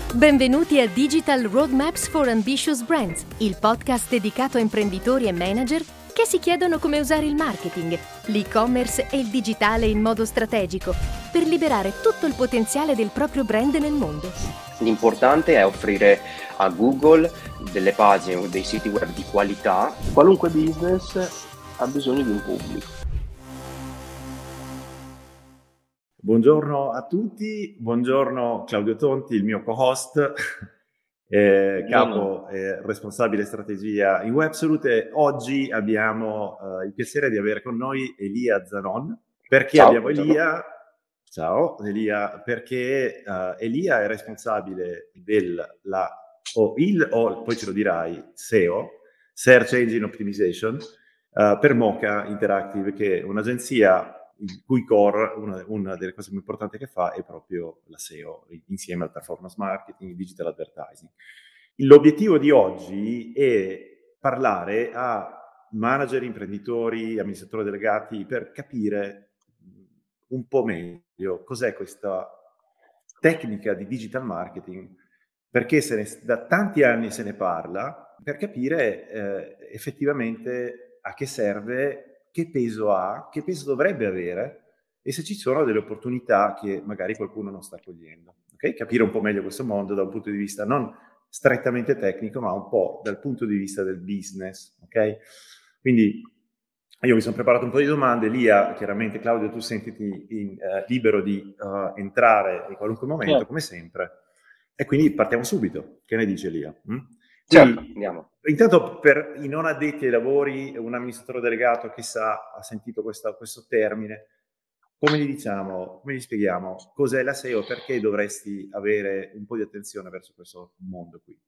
Benvenuti a Digital Roadmaps for Ambitious Brands, il podcast dedicato a imprenditori e manager che si chiedono come usare il marketing, l'e-commerce e il digitale in modo strategico per liberare tutto il potenziale del proprio brand nel mondo. L'importante è offrire a Google delle pagine o dei siti web di qualità. Qualunque business ha bisogno di un pubblico. Buongiorno a tutti, buongiorno Claudio Tonti, il mio co-host, capo responsabile strategia in Websalute. Oggi abbiamo il piacere di avere con noi Elia Zanon. Perché Ciao, abbiamo buongiorno. Elia? Ciao Elia, perché Elia è responsabile poi ce lo dirai, SEO, Search Engine Optimization, per Mocha Interactive, che è un'agenzia il cui core, una delle cose più importanti che fa è proprio la SEO, insieme al performance marketing, digital advertising. L'obiettivo di oggi è parlare a manager, imprenditori, amministratori delegati per capire un po' meglio cos'è questa tecnica di digital marketing, perché da tanti anni se ne parla, per capire effettivamente a che serve, che peso ha, che peso dovrebbe avere e se ci sono delle opportunità che magari qualcuno non sta cogliendo. Okay? Capire un po' meglio questo mondo da un punto di vista non strettamente tecnico, ma un po' dal punto di vista del business. Okay? Quindi io mi sono preparato un po' di domande. Lia, chiaramente Claudio, tu sentiti libero di entrare in qualunque momento, come sempre. E quindi partiamo subito. Che ne dice Lia? Certo, andiamo. Intanto per i non addetti ai lavori, un amministratore delegato che ha sentito questo termine, come gli spieghiamo cos'è la SEO, perché dovresti avere un po' di attenzione verso questo mondo qui?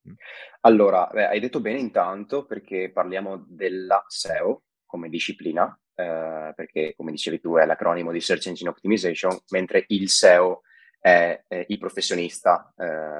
Allora, hai detto bene intanto perché parliamo della SEO come disciplina, perché come dicevi tu è l'acronimo di Search Engine Optimization, mentre il SEO è il professionista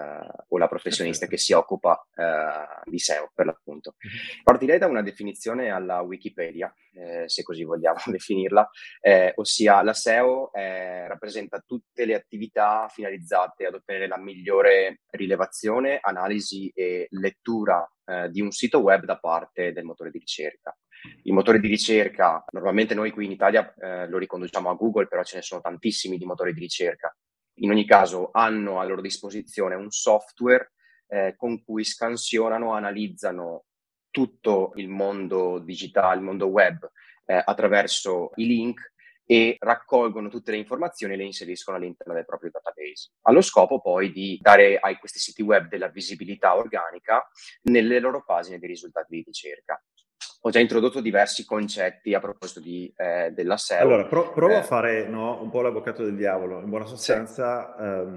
o la professionista che si occupa di SEO per l'appunto. Partirei da una definizione alla Wikipedia, se così vogliamo definirla, ossia la SEO rappresenta tutte le attività finalizzate ad ottenere la migliore rilevazione, analisi e lettura di un sito web da parte del motore di ricerca. Il motore di ricerca, normalmente noi qui in Italia lo riconduciamo a Google, però ce ne sono tantissimi di motori di ricerca. In ogni caso hanno a loro disposizione un software con cui scansionano, analizzano tutto il mondo digitale, il mondo web attraverso i link e raccolgono tutte le informazioni e le inseriscono all'interno del proprio database, allo scopo poi di dare a questi siti web della visibilità organica nelle loro pagine di risultati di ricerca. Ho già introdotto diversi concetti a proposito della SEO. Allora, provo a fare un po' l'avvocato del diavolo. In buona sostanza,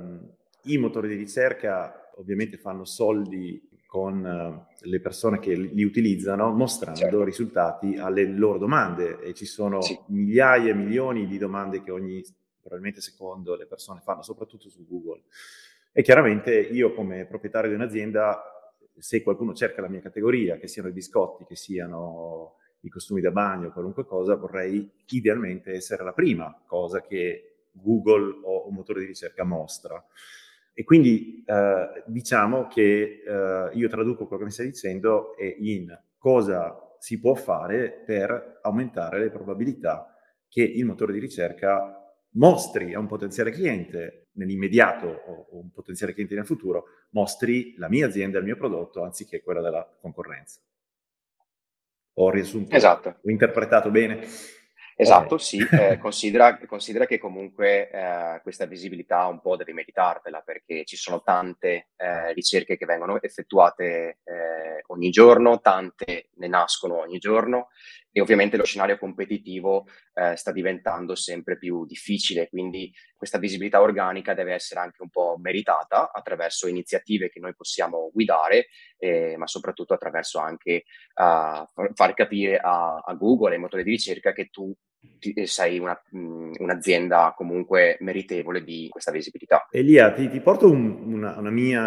i motori di ricerca ovviamente fanno soldi con le persone che li utilizzano, mostrando risultati alle loro domande, e ci sono migliaia e milioni di domande che ogni probabilmente secondo le persone fanno, soprattutto su Google. E chiaramente io, come proprietario di un'azienda, se qualcuno cerca la mia categoria, che siano i biscotti, che siano i costumi da bagno, qualunque cosa, vorrei idealmente essere la prima cosa che Google o un motore di ricerca mostra. E quindi diciamo che io traduco quello che mi stai dicendo in cosa si può fare per aumentare le probabilità che il motore di ricerca mostri a un potenziale cliente nell'immediato o un potenziale cliente nel futuro, mostri la mia azienda, il mio prodotto, anziché quella della concorrenza. Ho riassunto, esatto. Ho interpretato bene? Esatto, sì, considera che comunque questa visibilità un po' devi meritartela, perché ci sono tante ricerche che vengono effettuate ogni giorno, tante ne nascono ogni giorno e ovviamente lo scenario competitivo sta diventando sempre più difficile, quindi questa visibilità organica deve essere anche un po' meritata attraverso iniziative che noi possiamo guidare, ma soprattutto attraverso anche far capire a Google e ai motori di ricerca che tu sei un'azienda comunque meritevole di questa visibilità. Elia, ti porto un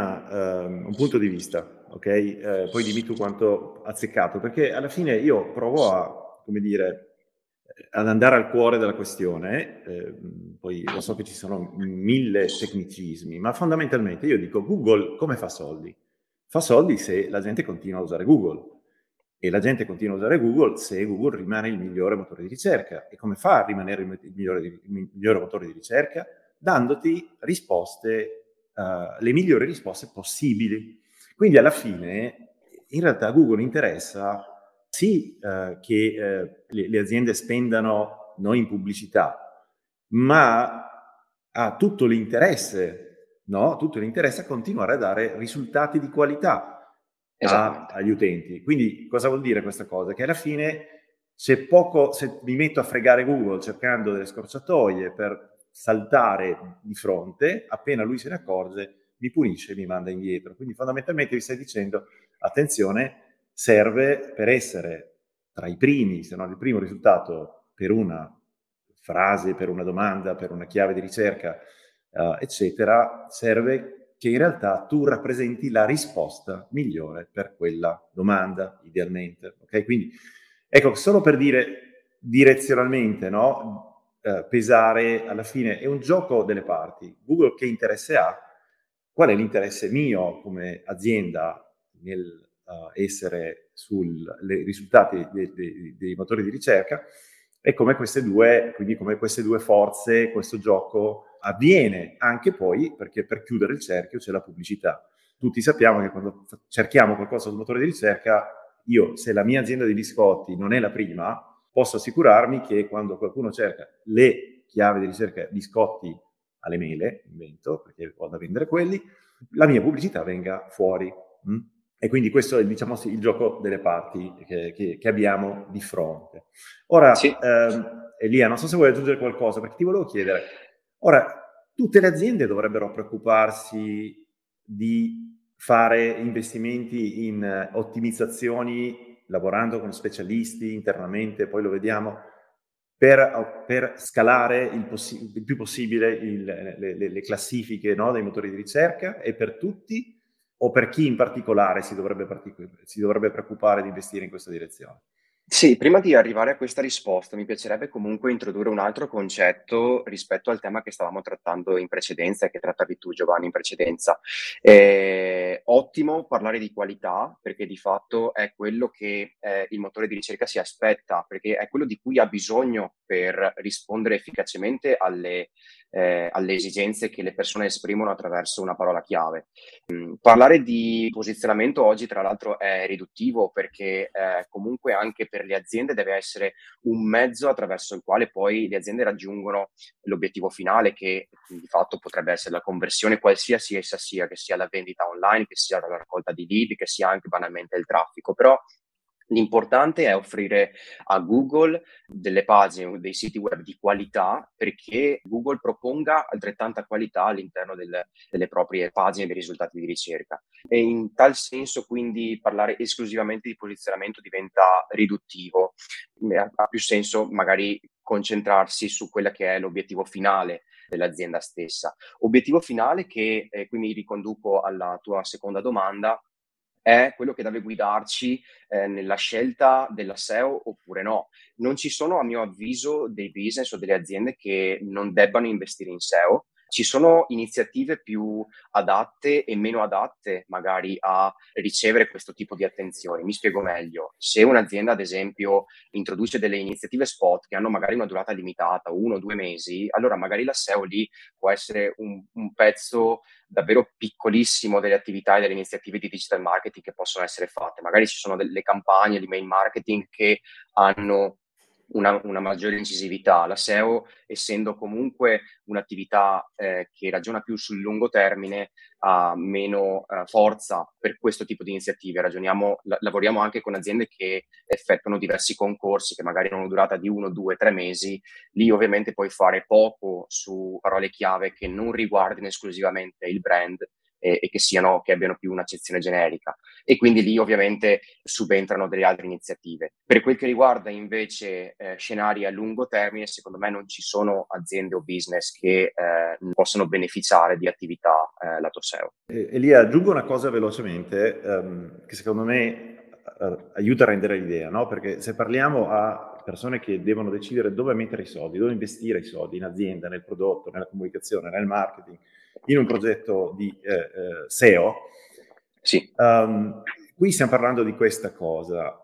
punto di vista, ok? Poi dimmi tu quanto azzeccato, perché alla fine io provo a, come dire, ad andare al cuore della questione, poi lo so che ci sono 1000 tecnicismi, ma fondamentalmente io dico Google come fa soldi? Fa soldi se la gente continua a usare Google. E la gente continua a usare Google se Google rimane il migliore motore di ricerca. E come fa a rimanere il migliore motore di ricerca? Dandoti risposte, le migliori risposte possibili. Quindi alla fine, in realtà, Google interessa sì che le aziende spendano non in pubblicità, ma ha tutto l'interesse, no? Tutto l'interesse a continuare a dare risultati di qualità agli utenti. Quindi cosa vuol dire questa cosa? Che alla fine se mi metto a fregare Google cercando delle scorciatoie per saltare di fronte, appena lui se ne accorge mi punisce e mi manda indietro. Quindi fondamentalmente vi stai dicendo attenzione, serve per essere tra i primi, se non il primo risultato per una frase, per una domanda, per una chiave di ricerca, eccetera, serve che in realtà tu rappresenti la risposta migliore per quella domanda, idealmente. Ok? Quindi, ecco, solo per dire direzionalmente, no? Pesare, alla fine, è un gioco delle parti. Google che interesse ha? Qual è l'interesse mio come azienda nel essere sui risultati dei motori di ricerca? E come queste due forze, questo gioco avviene anche poi perché per chiudere il cerchio c'è la pubblicità. Tutti sappiamo che quando cerchiamo qualcosa sul motore di ricerca, se la mia azienda di biscotti non è la prima, posso assicurarmi che quando qualcuno cerca le chiavi di ricerca biscotti alle mele, invento, perché ho da vendere quelli, la mia pubblicità venga fuori. E quindi questo è, diciamo, il gioco delle parti che abbiamo di fronte. Ora, sì. Elia, non so se vuoi aggiungere qualcosa, perché ti volevo chiedere, ora, tutte le aziende dovrebbero preoccuparsi di fare investimenti in ottimizzazioni, lavorando con specialisti internamente, poi lo vediamo, per scalare il più possibile le classifiche, no, dei motori di ricerca, e per tutti, o per chi in particolare si dovrebbe preoccupare di investire in questa direzione? Sì, prima di arrivare a questa risposta mi piacerebbe comunque introdurre un altro concetto rispetto al tema che stavamo trattando in precedenza e che trattavi tu, Giovanni, in precedenza. Ottimo parlare di qualità, perché di fatto è quello che il motore di ricerca si aspetta, perché è quello di cui ha bisogno per rispondere efficacemente alle esigenze che le persone esprimono attraverso una parola chiave. Parlare di posizionamento oggi, tra l'altro, è riduttivo, perché comunque anche per le aziende deve essere un mezzo attraverso il quale poi le aziende raggiungono l'obiettivo finale, che di fatto potrebbe essere la conversione, qualsiasi essa sia, che sia la vendita online, che sia la raccolta di lead, che sia anche banalmente il traffico. Però l'importante è offrire a Google delle pagine, dei siti web di qualità, perché Google proponga altrettanta qualità all'interno delle proprie pagine dei risultati di ricerca. E in tal senso, quindi, parlare esclusivamente di posizionamento diventa riduttivo. Ha più senso magari concentrarsi su quella che è l'obiettivo finale dell'azienda stessa. Obiettivo finale che, qui mi riconduco alla tua seconda domanda, è quello che deve guidarci nella scelta della SEO oppure no. Non ci sono, a mio avviso, dei business o delle aziende che non debbano investire in SEO. Ci sono iniziative più adatte e meno adatte magari a ricevere questo tipo di attenzioni. Mi spiego meglio. Se un'azienda, ad esempio, introduce delle iniziative spot che hanno magari una durata limitata, 1 o 2 mesi, allora magari la SEO lì può essere un pezzo davvero piccolissimo delle attività e delle iniziative di digital marketing che possono essere fatte. Magari ci sono delle campagne di mail marketing che hanno una maggiore incisività. La SEO, essendo comunque un'attività che ragiona più sul lungo termine, ha meno forza per questo tipo di iniziative. Lavoriamo anche con aziende che effettuano diversi concorsi che magari hanno una durata di 1, 2, 3 mesi. Lì ovviamente puoi fare poco su parole chiave che non riguardino esclusivamente il brand e che abbiano più un'accezione generica, e quindi lì ovviamente subentrano delle altre iniziative. Per quel che riguarda invece scenari a lungo termine, secondo me non ci sono aziende o business che possono beneficiare di attività lato SEO. Elia, aggiungo una cosa velocemente che secondo me aiuta a rendere l'idea, no? Perché se parliamo a persone che devono decidere dove mettere i soldi, dove investire i soldi, in azienda, nel prodotto, nella comunicazione, nel marketing, in un progetto di SEO, Sì. Qui stiamo parlando di questa cosa.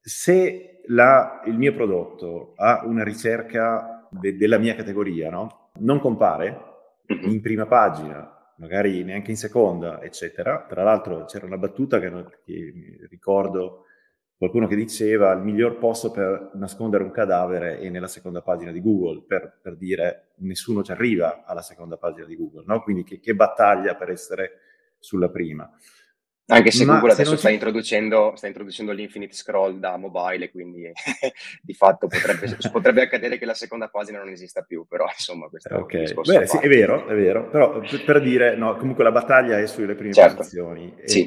Se il mio prodotto ha una ricerca della mia categoria, no? Non compare in prima pagina, magari neanche in seconda, eccetera. Tra l'altro c'era una battuta che ricordo qualcuno che diceva: il miglior posto per nascondere un cadavere è nella seconda pagina di Google, per dire nessuno ci arriva alla seconda pagina di Google, no? Quindi che battaglia per essere sulla prima. Anche se Google adesso sta introducendo l'infinite scroll da mobile, quindi di fatto potrebbe accadere che la seconda pagina non esista più, però insomma questo è un discorso. Beh, sì, è vero, però per dire, no, comunque la battaglia è sulle prime posizioni. Sì,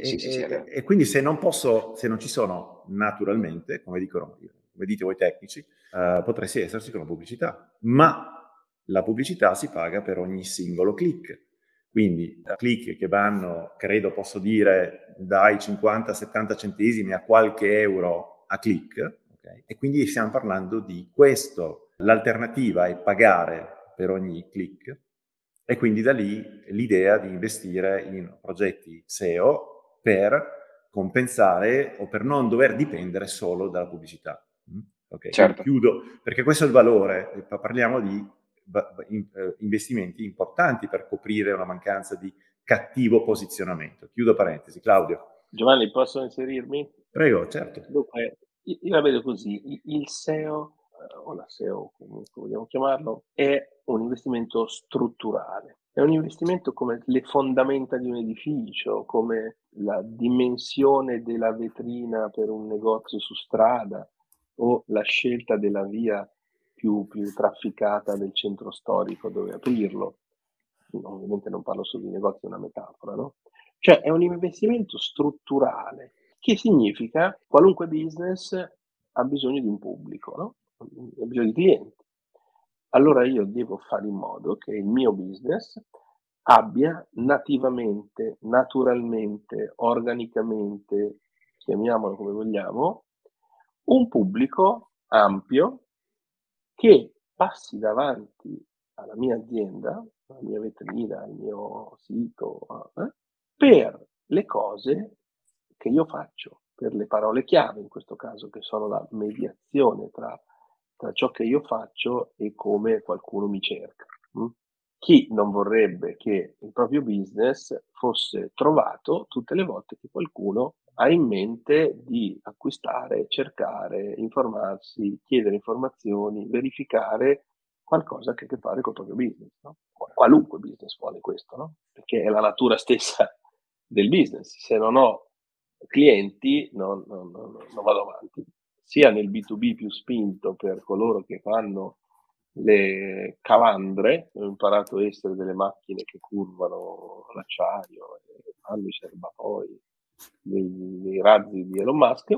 e quindi se non ci sono naturalmente, come dite voi tecnici, potresti esserci con la pubblicità, ma la pubblicità si paga per ogni singolo click. Quindi click che vanno, credo posso dire, dai 50-70 centesimi a qualche euro a click, okay? E quindi stiamo parlando di questo. L'alternativa è pagare per ogni click, e quindi da lì l'idea di investire in progetti SEO per compensare o per non dover dipendere solo dalla pubblicità. Okay? Certo. Chiudo, perché questo è il valore. Parliamo di investimenti importanti per coprire una mancanza di cattivo posizionamento. Chiudo parentesi. Claudio. Giovanni, posso inserirmi? Prego, certo. Dunque, io la vedo così: il SEO, o la SEO come vogliamo chiamarlo, è un investimento strutturale. È un investimento come le fondamenta di un edificio, come la dimensione della vetrina per un negozio su strada o la scelta della via più trafficata del centro storico dove aprirlo. Ovviamente non parlo solo di negozi, è una metafora, no? Cioè è un investimento strutturale, che significa qualunque business ha bisogno di un pubblico, no? Ha bisogno di clienti. Allora io devo fare in modo che il mio business abbia nativamente, naturalmente, organicamente, chiamiamolo come vogliamo, un pubblico ampio che passi davanti alla mia azienda, alla mia vetrina, al mio sito, per le cose che io faccio, per le parole chiave in questo caso, che sono la mediazione tra ciò che io faccio e come qualcuno mi cerca. Chi non vorrebbe che il proprio business fosse trovato tutte le volte che qualcuno ha in mente di acquistare, cercare, informarsi, chiedere informazioni, verificare qualcosa che ha a che fare col proprio business, no? Qualunque business vuole questo, no? Perché è la natura stessa del business. Se non ho clienti non vado avanti, sia nel B2B più spinto per coloro che fanno le calandre. Ho imparato a essere delle macchine che curvano l'acciaio e fanno i serbatoi dei razzi di Elon Musk,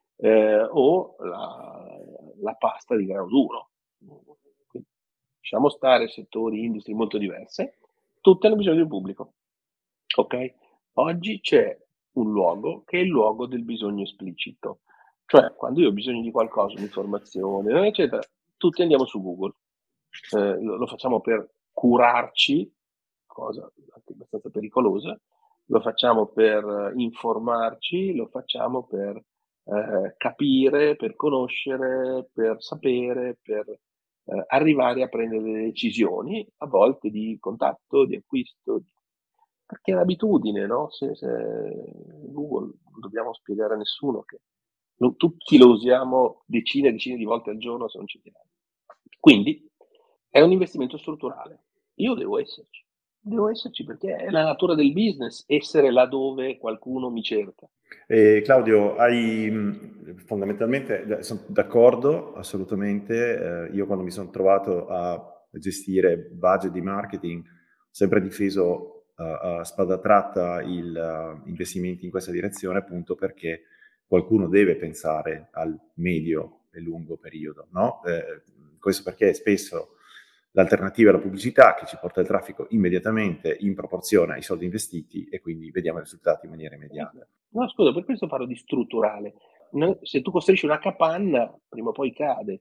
o la pasta di grano duro. Quindi, lasciamo stare settori, industrie molto diverse, tutte hanno bisogno di un pubblico. Ok? Oggi c'è un luogo che è il luogo del bisogno esplicito, cioè quando io ho bisogno di qualcosa, un'informazione, eccetera, tutti andiamo su Google. Lo facciamo per curarci, cosa anche abbastanza pericolosa, lo facciamo per informarci, lo facciamo per capire, per conoscere, per sapere, per arrivare a prendere delle decisioni, a volte di contatto, di acquisto, perché è l'abitudine, no? Se Google non dobbiamo spiegare a nessuno che tutti lo usiamo decine e decine di volte al giorno, se non ci teniamo. Quindi è un investimento strutturale. Io devo esserci perché è la natura del business, essere laddove qualcuno mi cerca. Claudio, fondamentalmente sono d'accordo assolutamente. Io quando mi sono trovato a gestire budget di marketing ho sempre difeso a spada tratta investimenti in questa direzione, appunto perché qualcuno deve pensare al medio e lungo periodo, no? Questo perché spesso l'alternativa è la pubblicità, che ci porta il traffico immediatamente in proporzione ai soldi investiti, e quindi vediamo i risultati in maniera immediata. No, scusa, per questo parlo di strutturale. Se tu costruisci una capanna, prima o poi cade.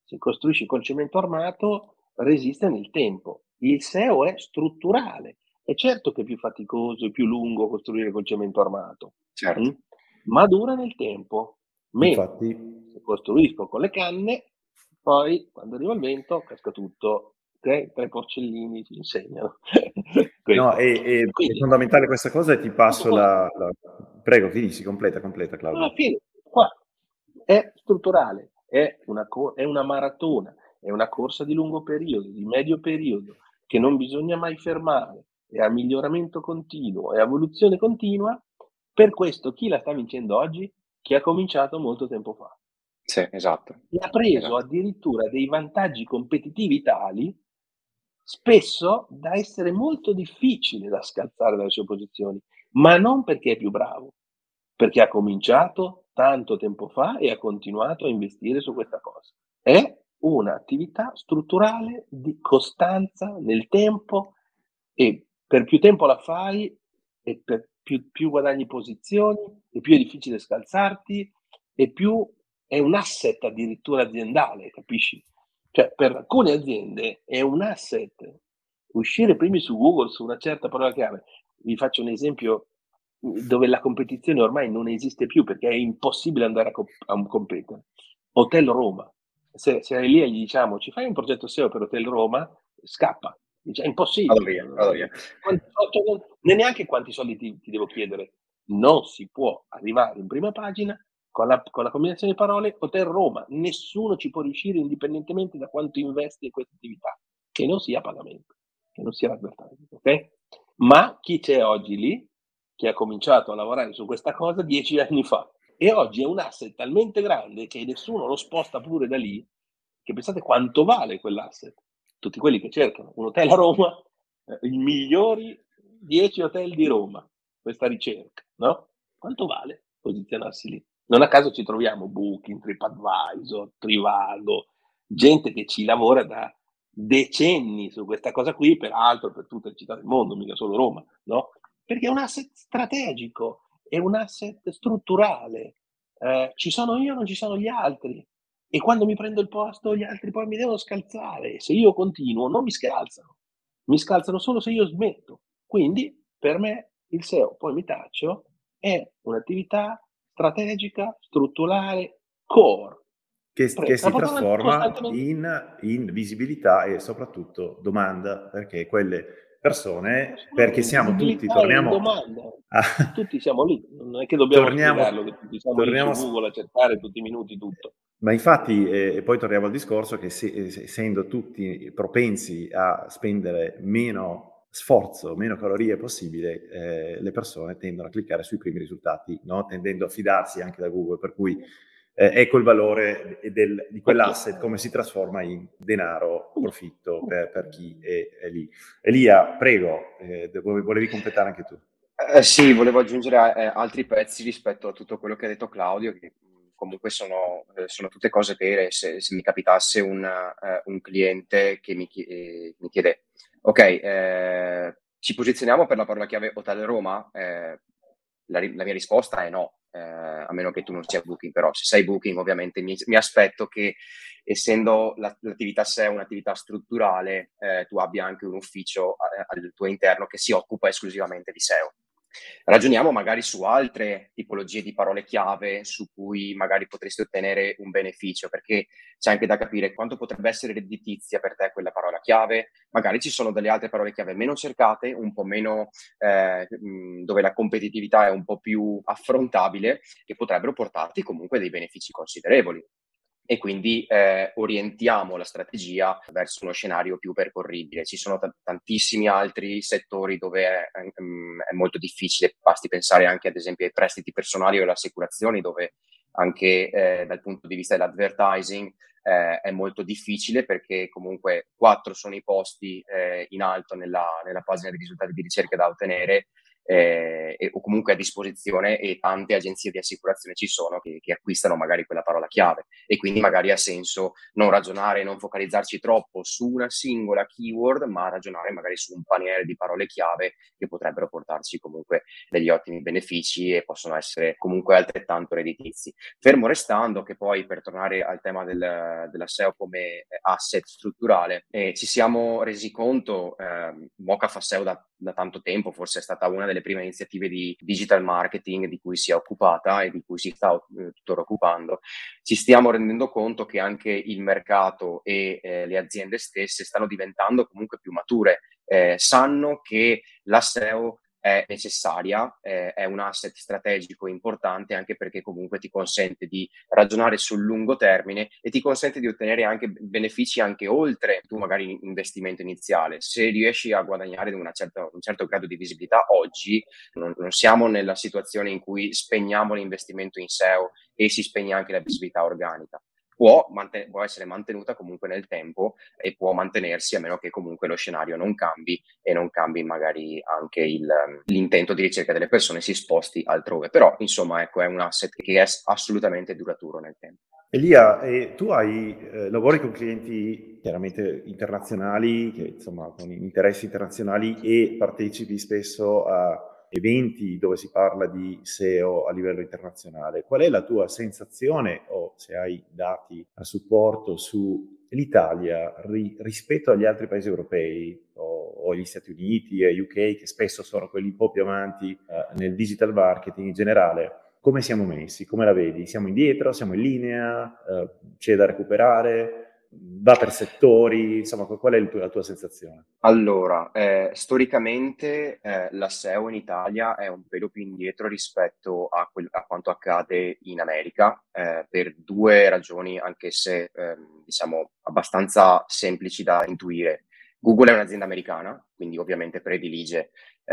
se costruisci col cemento armato resiste nel tempo. Il SEO è strutturale. È certo che è più faticoso e più lungo costruire col cemento armato, Certo. ma dura nel tempo. Infatti, Se costruisco con le canne, poi quando arriva il vento casca tutto. Ok? 3 porcellini ci insegnano. no, Questo. è Quindi, fondamentale questa cosa e ti tutto passo qua. Prego, finisci, completa, Alla Claudio. fine, qua è strutturale, è una maratona, è una corsa di lungo periodo, di medio periodo, che non bisogna mai fermare, è a miglioramento continuo, è a evoluzione continua. Per questo chi la sta vincendo oggi? Chi ha cominciato molto tempo fa. Sì, esatto. E ha preso Esatto. addirittura dei vantaggi competitivi tali, spesso da essere molto difficile da scalzare dalle sue posizioni, ma non perché è più bravo, perché ha cominciato tanto tempo fa e ha continuato a investire su questa cosa. È un'attività strutturale di costanza nel tempo, e per più tempo la fai e per più guadagni posizioni e più è difficile scalzarti e più è un asset addirittura aziendale, capisci? Cioè, per alcune aziende è un asset uscire primi su Google su una certa parola chiave. Vi faccio un esempio dove la competizione ormai non esiste più perché è impossibile andare a competere. Hotel Roma. Se lì e gli diciamo ci fai un progetto SEO per Hotel Roma, scappa. Dice, è Vado impossibile. via, vado via. Neanche quanti soldi ti devo chiedere. Non si può arrivare in prima pagina con la combinazione di parole Hotel Roma. Nessuno ci può riuscire indipendentemente da quanto investi in questa attività, che non sia pagamento, che non sia l'advertising, ok? Ma chi c'è oggi lì, che ha cominciato a lavorare su questa cosa 10 anni fa, e oggi è un asset talmente grande che nessuno lo sposta pure da lì, che pensate quanto vale quell'asset. Tutti quelli che cercano un hotel a Roma, i migliori 10 hotel di Roma, questa ricerca, no? Quanto vale posizionarsi lì? Non a caso ci troviamo Booking, TripAdvisor, Trivago, gente che ci lavora da decenni su questa cosa qui, peraltro per tutte le città del mondo, mica solo Roma, no? Perché è un asset strategico, è un asset strutturale. Ci sono io, non ci sono gli altri. E quando mi prendo il posto, gli altri poi mi devono scalzare. Se io continuo, non mi scalzano. Mi scalzano solo se io smetto. Quindi, per me, il SEO, poi mi taccio, è un'attività strategica, strutturale, core. Che si Da portare avanti trasforma costantemente. in visibilità e soprattutto domanda, perché quelle persone, perché Assolutamente, siamo tutti, visibilità e torniamo domanda. a, Tutti siamo lì, non è che dobbiamo spiegarlo, che tutti siamo lì su torniamo, Google a cercare tutti i minuti tutto. ma infatti, e poi torniamo al discorso che essendo tutti propensi a spendere meno sforzo, meno calorie possibile, le persone tendono a cliccare sui primi risultati, no? Tendendo a fidarsi anche da Google, per cui ecco il valore di quell'asset, come si trasforma in denaro, profitto per chi è lì. Elia, prego, volevi completare anche tu. Sì, volevo aggiungere altri pezzi rispetto a tutto quello che ha detto Claudio, che comunque sono tutte cose vere. Se mi capitasse un cliente che mi chiede, ok, ci posizioniamo per la parola chiave Hotel Roma? La mia risposta è no, a meno che tu non sia Booking, però se sei Booking ovviamente mi aspetto che, essendo l'attività SEO un'attività strutturale, tu abbia anche un ufficio al tuo interno che si occupa esclusivamente di SEO. Ragioniamo magari su altre tipologie di parole chiave su cui magari potresti ottenere un beneficio, perché c'è anche da capire quanto potrebbe essere redditizia per te quella parola chiave. Magari ci sono delle altre parole chiave meno cercate, un po' meno dove la competitività è un po' più affrontabile, che potrebbero portarti comunque dei benefici considerevoli. E quindi orientiamo la strategia verso uno scenario più percorribile. Ci sono tantissimi altri settori dove è molto difficile, basti pensare anche ad esempio ai prestiti personali o alle assicurazioni, dove anche dal punto di vista dell'advertising è molto difficile, perché comunque 4 sono i posti in alto nella pagina di risultati di ricerca da ottenere, o comunque a disposizione, e tante agenzie di assicurazione ci sono che acquistano magari quella parola chiave, e quindi magari ha senso non ragionare, non focalizzarci troppo su una singola keyword, ma ragionare magari su un paniere di parole chiave che potrebbero portarci comunque degli ottimi benefici e possono essere comunque altrettanto redditizi. Fermo restando che poi, per tornare al tema della SEO come asset strutturale, ci siamo resi conto, Mocha fa SEO da tanto tempo, forse è stata una delle prime iniziative di digital marketing di cui si è occupata e di cui si sta tuttora occupando. Ci stiamo rendendo conto che anche il mercato e le aziende stesse stanno diventando comunque più mature, sanno che la SEO è necessaria, è un asset strategico importante, anche perché comunque ti consente di ragionare sul lungo termine e ti consente di ottenere anche benefici anche oltre tu magari investimento iniziale. Se riesci a guadagnare un certo grado di visibilità oggi, non siamo nella situazione in cui spegniamo l'investimento in SEO e si spegne anche la visibilità organica. Può essere mantenuta comunque nel tempo e può mantenersi, a meno che comunque lo scenario non cambi e non cambi magari anche l'intento di ricerca delle persone, si sposti altrove. Però insomma, ecco, è un asset che è assolutamente duraturo nel tempo. Elia, tu lavori con clienti chiaramente internazionali, che insomma con interessi internazionali, e partecipi spesso a eventi dove si parla di SEO a livello internazionale. Qual è la tua sensazione, o se hai dati a supporto, su l'Italia rispetto agli altri paesi europei o gli Stati Uniti e UK, che spesso sono quelli un po' più avanti nel digital marketing in generale? Come siamo messi? Come la vedi? Siamo indietro? Siamo in linea? C'è da recuperare? Va per settori? Insomma, qual è la tua sensazione? Allora, storicamente la SEO in Italia è un pelo più indietro rispetto a quanto accade in America, per due ragioni, anche se diciamo abbastanza semplici da intuire. Google è un'azienda americana, quindi ovviamente predilige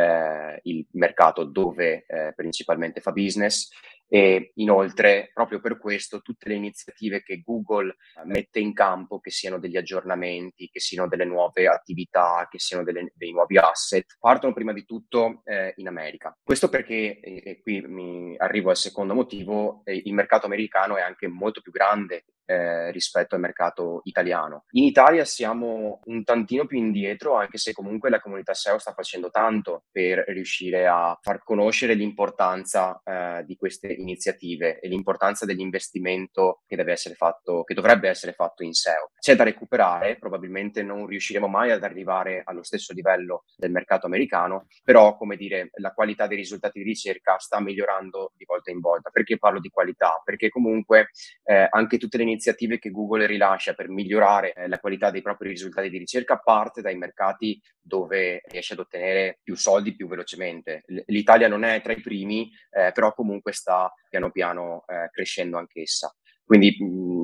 il mercato dove principalmente fa business, e inoltre proprio per questo tutte le iniziative che Google mette in campo, che siano degli aggiornamenti, che siano delle nuove attività, che siano dei nuovi asset, partono prima di tutto in America. Questo perché, e qui mi arrivo al secondo motivo, il mercato americano è anche molto più grande rispetto al mercato italiano. In Italia siamo un tantino più indietro, anche se comunque la comunità SEO sta facendo tanto per riuscire a far conoscere l'importanza di queste iniziative e l'importanza dell'investimento che dovrebbe essere fatto in SEO. C'è da recuperare, probabilmente non riusciremo mai ad arrivare allo stesso livello del mercato americano, però, come dire, la qualità dei risultati di ricerca sta migliorando di volta in volta. Perché parlo di qualità? Perché comunque anche tutte le iniziative che Google rilascia per migliorare la qualità dei propri risultati di ricerca parte dai mercati dove riesce ad ottenere più soldi più velocemente. L'Italia non è tra i primi, però comunque sta piano piano crescendo anch'essa. Quindi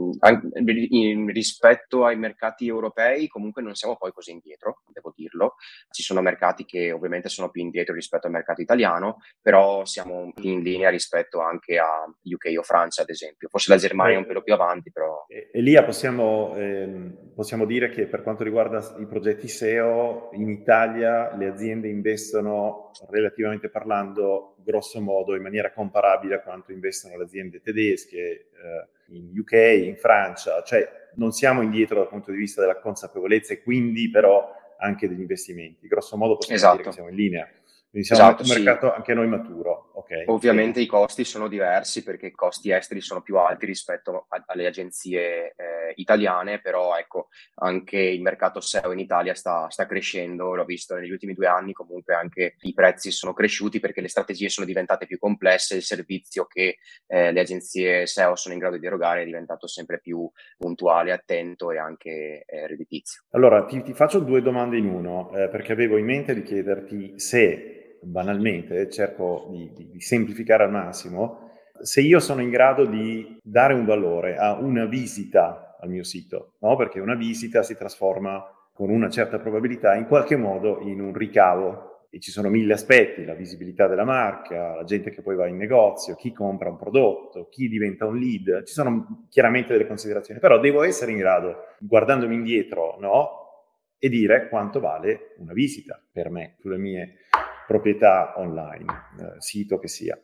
rispetto ai mercati europei comunque non siamo poi così indietro, devo dirlo. Ci sono mercati che ovviamente sono più indietro rispetto al mercato italiano, però siamo in linea rispetto anche a UK o Francia, ad esempio. Forse la Germania è un pelo più avanti, però... Elia, possiamo dire che per quanto riguarda i progetti SEO, in Italia le aziende investono, relativamente parlando, grosso modo in maniera comparabile a quanto investono le aziende tedesche, in UK, in Francia. Cioè non siamo indietro dal punto di vista della consapevolezza e quindi però anche degli investimenti. Grosso modo possiamo dire che siamo in linea. Quindi siamo un mercato anche noi maturo. Okay. Ovviamente i costi sono diversi perché i costi esteri sono più alti rispetto alle agenzie italiane, però ecco, anche il mercato SEO in Italia sta crescendo, l'ho visto negli ultimi 2 anni, comunque anche i prezzi sono cresciuti perché le strategie sono diventate più complesse, il servizio che le agenzie SEO sono in grado di erogare è diventato sempre più puntuale, attento e anche redditizio. Allora, ti faccio 2 domande in uno, perché avevo in mente di chiederti se, banalmente, cerco di semplificare al massimo, se io sono in grado di dare un valore a una visita al mio sito, no? Perché una visita si trasforma con una certa probabilità in qualche modo in un ricavo, e ci sono 1000 aspetti: la visibilità della marca, la gente che poi va in negozio, chi compra un prodotto, chi diventa un lead. Ci sono chiaramente delle considerazioni, però devo essere in grado, guardandomi indietro, no? E dire quanto vale una visita per me, sulle mie proprietà online, sito che sia.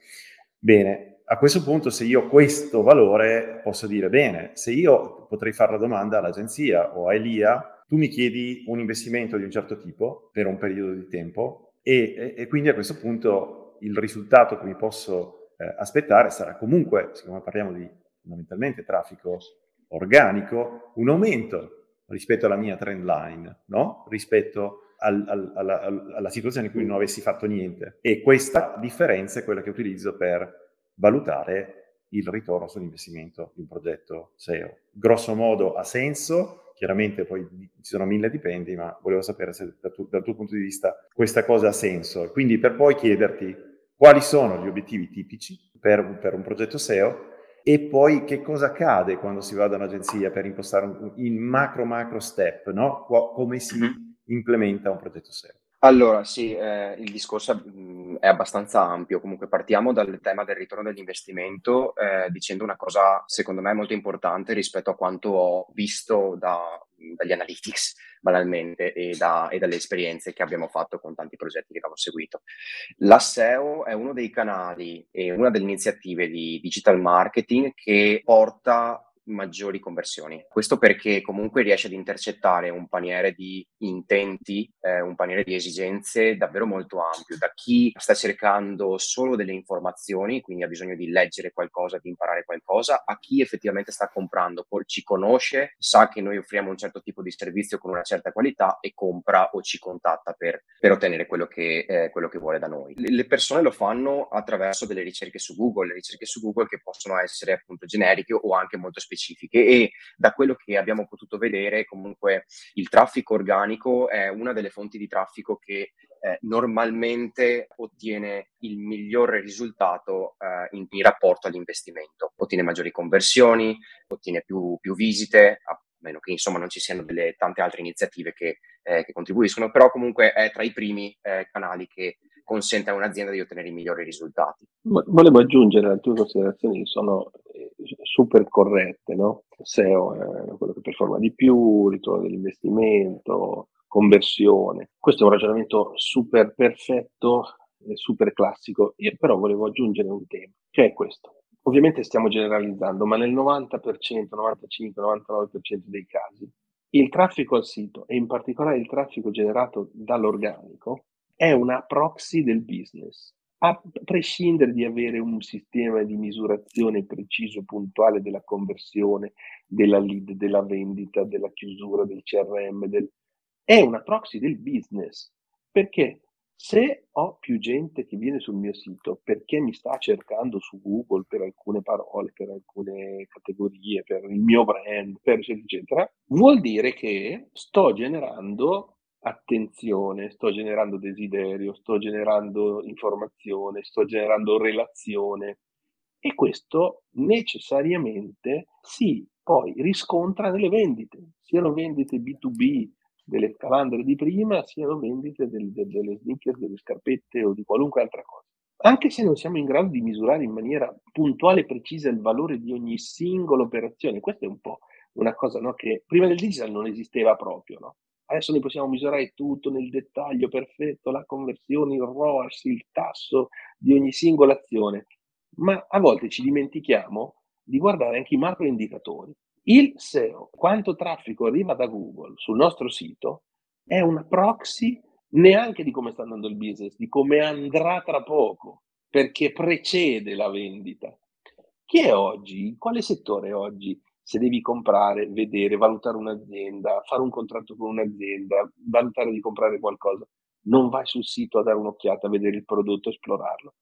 Bene, a questo punto se io ho questo valore posso dire, bene, se io potrei fare la domanda all'agenzia o a Elia, tu mi chiedi un investimento di un certo tipo per un periodo di tempo e quindi a questo punto il risultato che mi posso aspettare sarà comunque, siccome parliamo di fondamentalmente traffico organico, un aumento rispetto alla mia trend line, no? Rispetto alla situazione in cui non avessi fatto niente. E questa differenza è quella che utilizzo per valutare il ritorno sull'investimento di un progetto SEO. Grosso modo ha senso, chiaramente poi ci sono 1000 dipendi, ma volevo sapere se dal tuo punto di vista questa cosa ha senso. Quindi per poi chiederti quali sono gli obiettivi tipici per un progetto SEO e poi che cosa accade quando si va da un'agenzia per impostare in macro step, no? Come si implementa un progetto SEO. Allora, sì, il discorso è abbastanza ampio. Comunque partiamo dal tema del ritorno dell'investimento, dicendo una cosa secondo me molto importante rispetto a quanto ho visto dagli analytics, banalmente, e dalle esperienze che abbiamo fatto con tanti progetti che abbiamo seguito. La SEO è uno dei canali e una delle iniziative di digital marketing che porta maggiori conversioni. Questo perché comunque riesce ad intercettare un paniere di intenti, un paniere di esigenze davvero molto ampio, da chi sta cercando solo delle informazioni, quindi ha bisogno di leggere qualcosa, di imparare qualcosa, a chi effettivamente sta comprando, ci conosce, sa che noi offriamo un certo tipo di servizio con una certa qualità e compra o ci contatta per ottenere quello che vuole da noi. Le persone lo fanno attraverso delle ricerche su Google, le ricerche su Google che possono essere appunto generiche o anche molto specifiche, e da quello che abbiamo potuto vedere comunque il traffico organico è una delle fonti di traffico che normalmente ottiene il migliore risultato in rapporto all'investimento, ottiene maggiori conversioni, ottiene più visite, a meno che insomma non ci siano tante altre iniziative che contribuiscono, però comunque è tra i primi canali che consente a un'azienda di ottenere i migliori risultati. Volevo aggiungere le tue considerazioni che sono super corrette, no? SEO è quello che performa di più, ritorno dell'investimento, conversione. Questo è un ragionamento super perfetto, super classico. Io però volevo aggiungere un tema, che è questo. Ovviamente stiamo generalizzando, ma nel 90%, 95, 99% dei casi, il traffico al sito e in particolare il traffico generato dall'organico è una proxy del business. A prescindere di avere un sistema di misurazione preciso e puntuale della conversione, della lead, della vendita, della chiusura, del CRM, è una proxy del business. Perché se ho più gente che viene sul mio sito perché mi sta cercando su Google per alcune parole, per alcune categorie, per il mio brand, per eccetera, vuol dire che sto generando attenzione, sto generando desiderio, sto generando informazione, sto generando relazione e questo necessariamente si poi riscontra nelle vendite, siano vendite B2B delle calandre di prima, siano vendite delle sneakers, delle scarpette o di qualunque altra cosa. Anche se non siamo in grado di misurare in maniera puntuale e precisa il valore di ogni singola operazione, questa è un po' una cosa, no, che prima del digital non esisteva proprio, no? Adesso noi possiamo misurare tutto nel dettaglio perfetto, la conversione, il ROAS, il tasso di ogni singola azione, ma a volte ci dimentichiamo di guardare anche i macro indicatori. Il SEO, quanto traffico arriva da Google sul nostro sito, è una proxy neanche di come sta andando il business, di come andrà tra poco, perché precede la vendita. Chi è oggi? Quale settore è oggi? Se devi comprare, vedere, valutare un'azienda, fare un contratto con un'azienda, valutare di comprare qualcosa, non vai sul sito a dare un'occhiata, a vedere il prodotto, esplorarlo.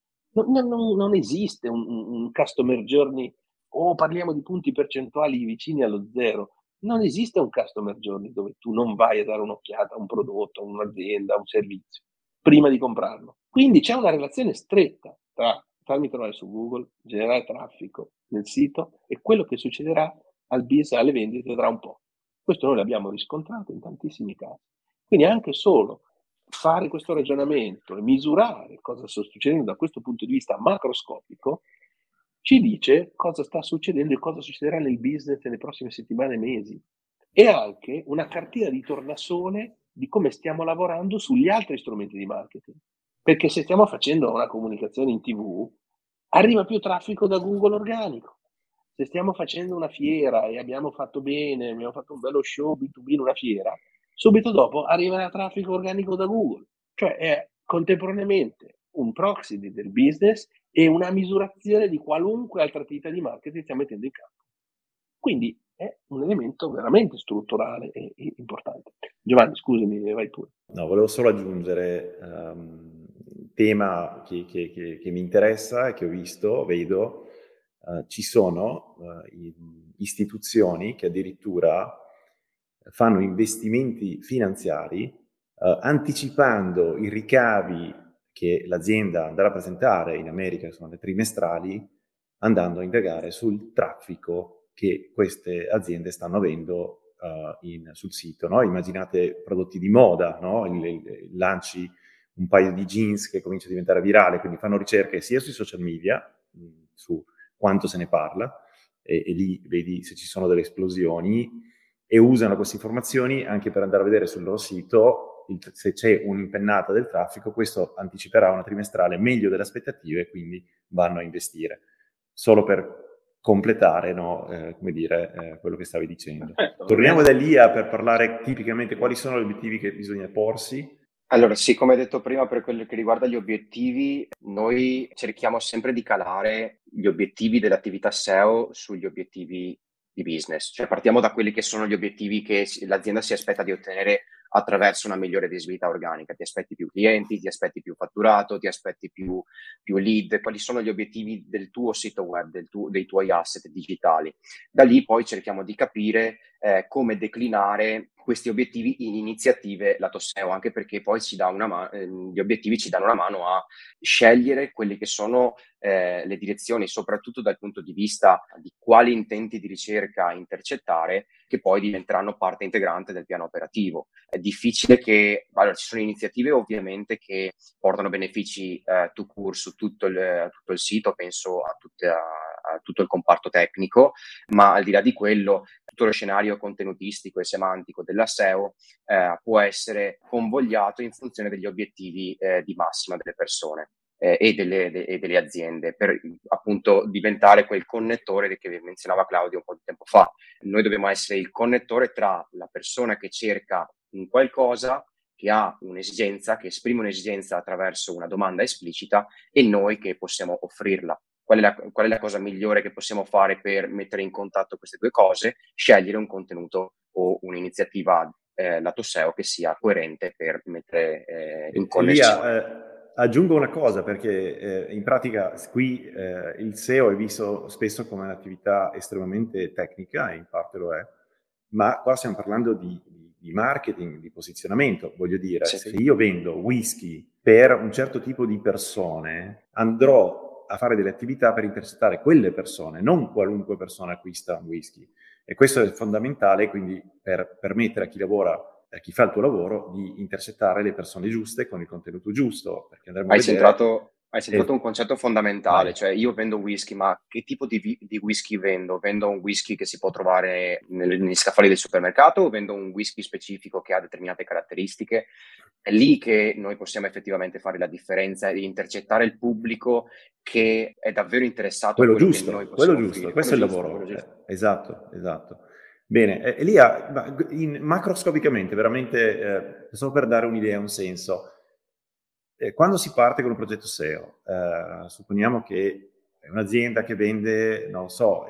Non esiste un customer journey o parliamo di punti percentuali vicini allo zero. Non esiste un customer journey dove tu non vai a dare un'occhiata a un prodotto, a un'azienda, a un servizio, prima di comprarlo. Quindi c'è una relazione stretta tra farmi trovare su Google, generare traffico nel sito e quello che succederà al business, alle vendite tra un po'. Questo noi l'abbiamo riscontrato in tantissimi casi. Quindi anche solo fare questo ragionamento e misurare cosa sta succedendo da questo punto di vista macroscopico ci dice cosa sta succedendo e cosa succederà nel business nelle prossime settimane e mesi. E anche una cartina di tornasole di come stiamo lavorando sugli altri strumenti di marketing. Perché se stiamo facendo una comunicazione in TV, arriva più traffico da Google organico. Se stiamo facendo una fiera e abbiamo fatto bene, abbiamo fatto un bello show B2B in una fiera, subito dopo arriverà traffico organico da Google. Cioè è contemporaneamente un proxy del business e una misurazione di qualunque altra attività di marketing stiamo mettendo in campo. Quindi è un elemento veramente strutturale e importante. Giovanni, scusami, vai pure. No, volevo solo aggiungere un tema che mi interessa e che vedo, ci sono istituzioni che addirittura fanno investimenti finanziari anticipando i ricavi che l'azienda andrà a presentare in America, che sono le trimestrali, andando a indagare sul traffico che queste aziende stanno avendo sul sito, no? Immaginate prodotti di moda, no? Lanci un paio di jeans che comincia a diventare virale, quindi fanno ricerche sia sui social media, su quanto se ne parla, e lì vedi se ci sono delle esplosioni, e usano queste informazioni anche per andare a vedere sul loro sito se c'è un'impennata del traffico. Questo anticiperà una trimestrale meglio delle aspettative, quindi vanno a investire. Solo per completare, no, quello che stavi dicendo. Torniamo da Elia per parlare tipicamente quali sono gli obiettivi che bisogna porsi. Allora, sì, come detto prima, per quello che riguarda gli obiettivi, noi cerchiamo sempre di calare gli obiettivi dell'attività SEO sugli obiettivi di business. Cioè partiamo da quelli che sono gli obiettivi che l'azienda si aspetta di ottenere attraverso una migliore visibilità organica. Ti aspetti più clienti, ti aspetti più fatturato, ti aspetti più lead. Quali sono gli obiettivi del tuo sito web, dei tuoi asset digitali? Da lì poi cerchiamo di capire come declinare questi obiettivi in iniziative lato SEO, anche perché poi gli obiettivi ci danno una mano a scegliere quelle che sono le direzioni, soprattutto dal punto di vista di quali intenti di ricerca intercettare, che poi diventeranno parte integrante del piano operativo. È difficile allora, ci sono iniziative ovviamente che portano benefici to cure su tutto il sito, penso a tutto il comparto tecnico, ma al di là di quello, tutto lo scenario contenutistico e semantico della SEO può essere convogliato in funzione degli obiettivi di massima delle persone e delle aziende, per appunto diventare quel connettore che menzionava Claudio un po' di tempo fa. Noi dobbiamo essere il connettore tra la persona che cerca un qualcosa, che ha un'esigenza, che esprime un'esigenza attraverso una domanda esplicita, e noi che possiamo offrirla. Qual è la cosa migliore che possiamo fare per mettere in contatto queste due cose? Scegliere un contenuto o un'iniziativa lato SEO che sia coerente per mettere in connessione. Aggiungo una cosa, perché in pratica qui il SEO è visto spesso come un'attività estremamente tecnica, e in parte lo è, ma qua stiamo parlando di marketing, di posizionamento. Voglio dire, Sì. Se io vendo whisky per un certo tipo di persone, andrò a fare delle attività per intercettare quelle persone, non qualunque persona acquista un whisky. E questo è fondamentale, quindi, per permettere a chi lavora, a chi fa il tuo lavoro, di intercettare le persone giuste con il contenuto giusto, perché andremo a vedere... Hai centrato un concetto fondamentale, cioè io vendo whisky, ma che tipo di whisky vendo? Vendo un whisky che si può trovare negli scaffali del supermercato, o vendo un whisky specifico che ha determinate caratteristiche? È lì che noi possiamo effettivamente fare la differenza e intercettare il pubblico che è davvero interessato quello a quello giusto, che noi possiamo quello giusto, offrire. questo è il lavoro. Esatto. Bene, Elia, macroscopicamente, veramente, solo per dare un'idea, un senso, quando si parte con un progetto SEO, supponiamo che è un'azienda che vende, non so,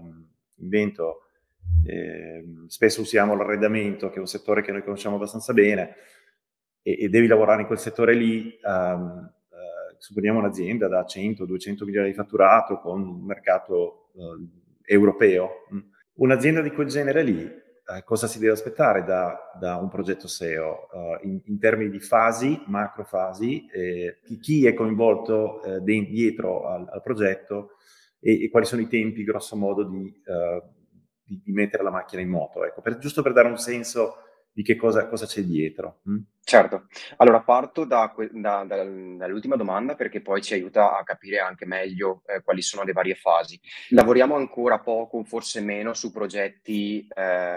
spesso usiamo l'arredamento, che è un settore che noi conosciamo abbastanza bene, e devi lavorare in quel settore lì. Supponiamo un'azienda da 100-200 milioni di fatturato con un mercato europeo. Un'azienda di quel genere lì, cosa si deve aspettare da un progetto SEO in termini di fasi, macrofasi, chi è coinvolto dietro al progetto, e quali sono i tempi, grosso modo, di mettere la macchina in moto, ecco, giusto per dare un senso di che cosa c'è dietro. Certo, allora parto dall'ultima domanda, perché poi ci aiuta a capire anche meglio quali sono le varie fasi. Lavoriamo ancora poco, forse meno, su progetti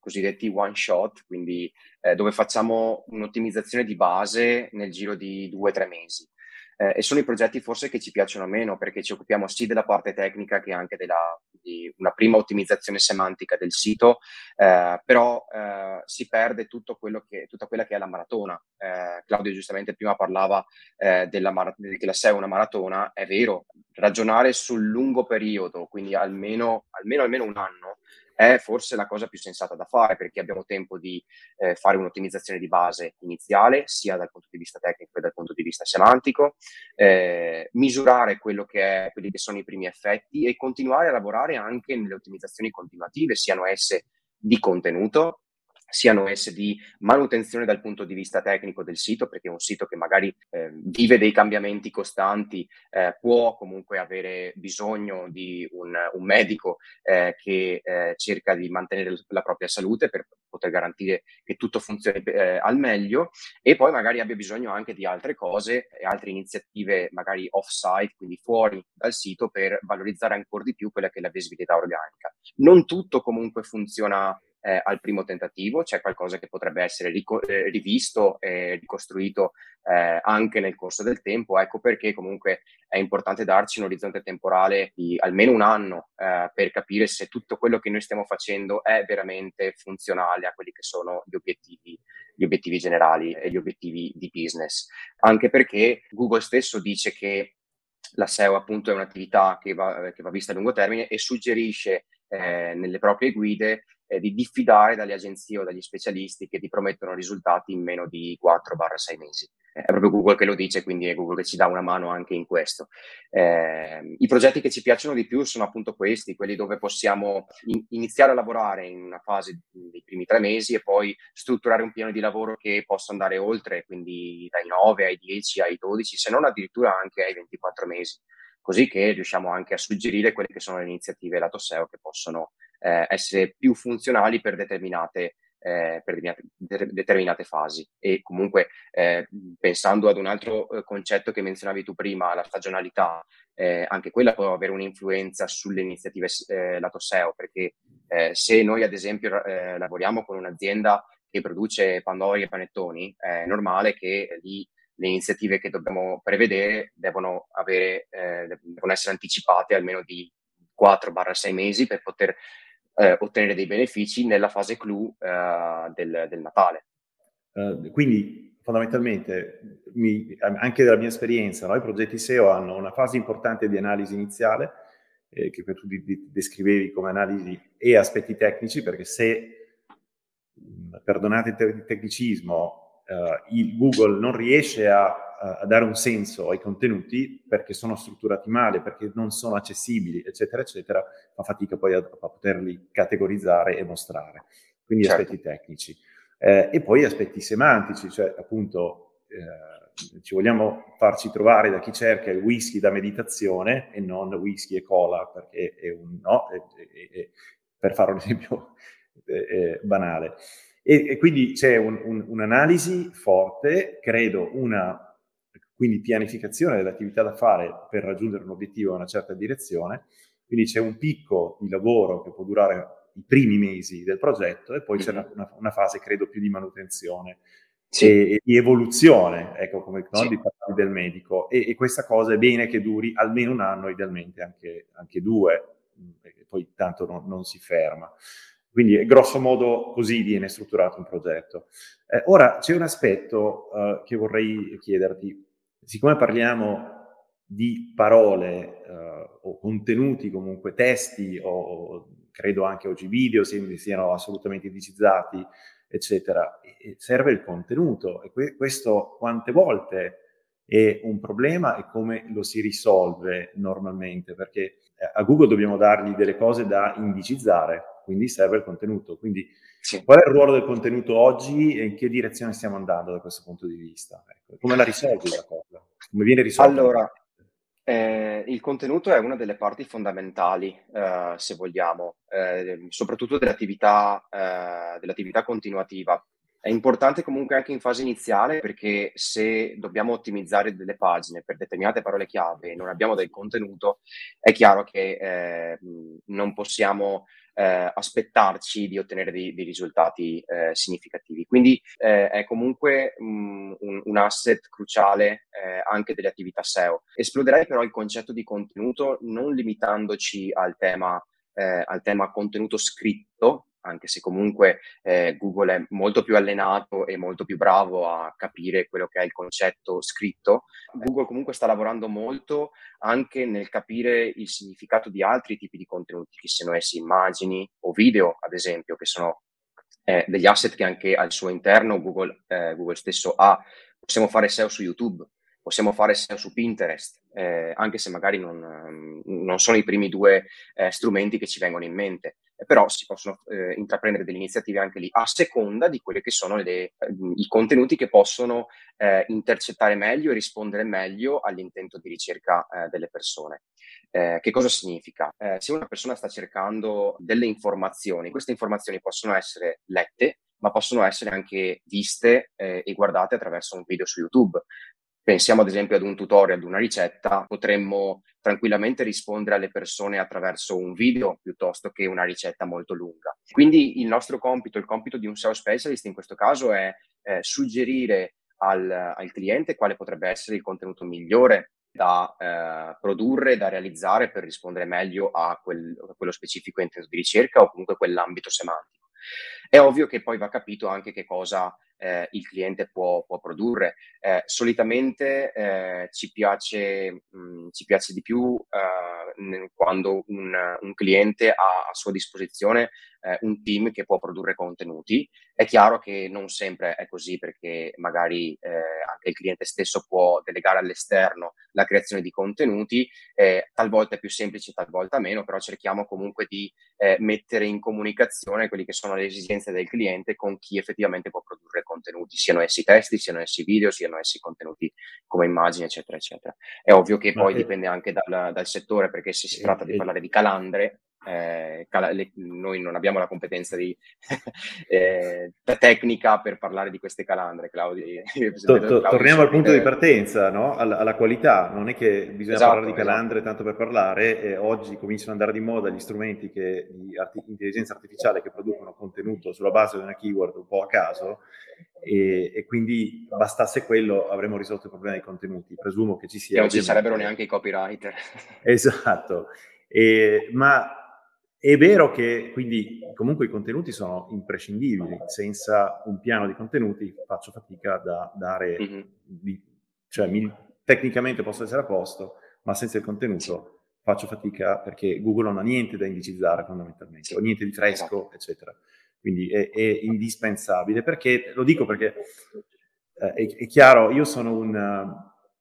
cosiddetti one shot, quindi dove facciamo un'ottimizzazione di base nel giro di 2-3 mesi. E sono i progetti forse che ci piacciono meno, perché ci occupiamo sì della parte tecnica che anche di una prima ottimizzazione semantica del sito, però si perde tutta quella che è la maratona. Claudio giustamente prima parlava che la SEO è una maratona. È vero, ragionare sul lungo periodo, quindi almeno un anno, è forse la cosa più sensata da fare, perché abbiamo tempo di fare un'ottimizzazione di base iniziale, sia dal punto di vista tecnico che dal punto di vista semantico, misurare quelli che sono i primi effetti e continuare a lavorare anche nelle ottimizzazioni continuative, siano esse di contenuto, siano esse di manutenzione dal punto di vista tecnico del sito, perché un sito che magari vive dei cambiamenti costanti può comunque avere bisogno di un medico che cerca di mantenere la propria salute per poter garantire che tutto funzioni al meglio, e poi magari abbia bisogno anche di altre cose e altre iniziative magari off-site, quindi fuori dal sito, per valorizzare ancora di più quella che è la visibilità organica. Non tutto comunque funziona al primo tentativo, c'è qualcosa che potrebbe essere rivisto e ricostruito anche nel corso del tempo. Ecco perché comunque è importante darci un orizzonte temporale di almeno un anno per capire se tutto quello che noi stiamo facendo è veramente funzionale a quelli che sono gli obiettivi generali e gli obiettivi di business. Anche perché Google stesso dice che la SEO appunto è un'attività che va vista a lungo termine, e suggerisce nelle proprie guide di diffidare dalle agenzie o dagli specialisti che ti promettono risultati in meno di 4-6 mesi. È proprio Google che lo dice, quindi è Google che ci dà una mano anche in questo. I progetti che ci piacciono di più sono appunto questi, quelli dove possiamo iniziare a lavorare in una fase dei primi 3 mesi e poi strutturare un piano di lavoro che possa andare oltre, quindi dai 9 ai 10 ai 12, se non addirittura anche ai 24 mesi, così che riusciamo anche a suggerire quelle che sono le iniziative lato SEO che possono essere più funzionali per determinate fasi. E comunque pensando ad un altro concetto che menzionavi tu prima, la stagionalità, anche quella può avere un'influenza sulle iniziative lato SEO, perché se noi ad esempio lavoriamo con un'azienda che produce pandori e panettoni, è normale che lì le iniziative che dobbiamo prevedere devono essere anticipate almeno di 4-6 mesi per poter ottenere dei benefici nella fase clou del Natale. Quindi fondamentalmente, anche dalla mia esperienza, i progetti SEO hanno una fase importante di analisi iniziale, che tu descrivevi come analisi e aspetti tecnici, perché se, perdonate il tecnicismo, il Google non riesce a dare un senso ai contenuti perché sono strutturati male, perché non sono accessibili, eccetera, eccetera, fa fatica poi a poterli categorizzare e mostrare. Quindi certo. Aspetti tecnici. E poi aspetti semantici, cioè appunto ci vogliamo farci trovare da chi cerca il whisky da meditazione e non whisky e cola, perché è per fare un esempio banale. E quindi c'è un'analisi forte, credo quindi pianificazione dell'attività da fare per raggiungere un obiettivo in una certa direzione, quindi c'è un picco di lavoro che può durare i primi mesi del progetto e poi c'è una fase, credo, più di manutenzione e di evoluzione, ecco, come di parlare del medico, e questa cosa è bene che duri almeno un anno, idealmente anche 2, e poi tanto non si ferma. Quindi grosso modo così viene strutturato un progetto. Ora c'è un aspetto che vorrei chiederti. Siccome parliamo di parole o contenuti, comunque testi o credo anche oggi video siano assolutamente indicizzati, eccetera, serve il contenuto, e questo quante volte è un problema e come lo si risolve normalmente, perché a Google dobbiamo dargli delle cose da indicizzare, quindi serve il contenuto. Quindi qual è il ruolo del contenuto oggi e in che direzione stiamo andando da questo punto di vista? Ecco, come la risolvi la cosa? Come viene risolta? Allora, il contenuto è una delle parti fondamentali, se vogliamo, soprattutto dell'attività continuativa. È importante comunque anche in fase iniziale, perché se dobbiamo ottimizzare delle pagine per determinate parole chiave e non abbiamo del contenuto, è chiaro che non possiamo aspettarci di ottenere dei risultati significativi. Quindi è comunque un asset cruciale anche delle attività SEO. Esploderei però il concetto di contenuto non limitandoci al tema contenuto scritto, anche se comunque Google è molto più allenato e molto più bravo a capire quello che è il concetto scritto. Google comunque sta lavorando molto anche nel capire il significato di altri tipi di contenuti, che siano essi immagini o video, ad esempio, che sono degli asset che anche al suo interno Google stesso ha. Possiamo fare SEO su YouTube, possiamo fare SEO su Pinterest, anche se magari non sono i primi due strumenti che ci vengono in mente, però si possono intraprendere delle iniziative anche lì, a seconda di quelle che sono i contenuti che possono intercettare meglio e rispondere meglio all'intento di ricerca delle persone. Che cosa significa? Se una persona sta cercando delle informazioni, queste informazioni possono essere lette, ma possono essere anche viste e guardate attraverso un video su YouTube. Pensiamo ad esempio ad un tutorial, ad una ricetta, potremmo tranquillamente rispondere alle persone attraverso un video piuttosto che una ricetta molto lunga. Quindi il nostro compito, il compito di un SEO specialist in questo caso è suggerire al cliente quale potrebbe essere il contenuto migliore da produrre, da realizzare per rispondere meglio a quello specifico intento di ricerca o comunque quell'ambito semantico. È ovvio che poi va capito anche che cosa il cliente può produrre. Solitamente ci piace di più quando un cliente ha a sua disposizione un team che può produrre contenuti. È chiaro che non sempre è così, perché magari anche il cliente stesso può delegare all'esterno la creazione di contenuti, talvolta è più semplice, talvolta meno, però cerchiamo comunque di mettere in comunicazione quelli che sono le esigenze del cliente con chi effettivamente può produrre contenuti, siano essi testi, siano essi video, siano essi contenuti come immagini, eccetera, eccetera. È ovvio che poi dipende anche dal settore, perché se si tratta di parlare di calandre, noi non abbiamo la competenza tecnica per parlare di queste calandre, Claudio. Torniamo al punto di partenza, no? Alla qualità. Non è che bisogna parlare di calandre tanto per parlare. Oggi cominciano ad andare di moda gli strumenti di intelligenza artificiale che producono contenuto sulla base di una keyword un po' a caso, e quindi bastasse quello avremmo risolto il problema dei contenuti. Presumo che ci sia. E non ci sarebbero neanche i copywriter. Esatto. Ma è vero che quindi comunque i contenuti sono imprescindibili. Senza un piano di contenuti faccio fatica da dare, tecnicamente posso essere a posto, ma senza il contenuto faccio fatica, perché Google non ha niente da indicizzare fondamentalmente, o niente di fresco, eccetera. Quindi è indispensabile, perché lo dico perché è chiaro, io sono un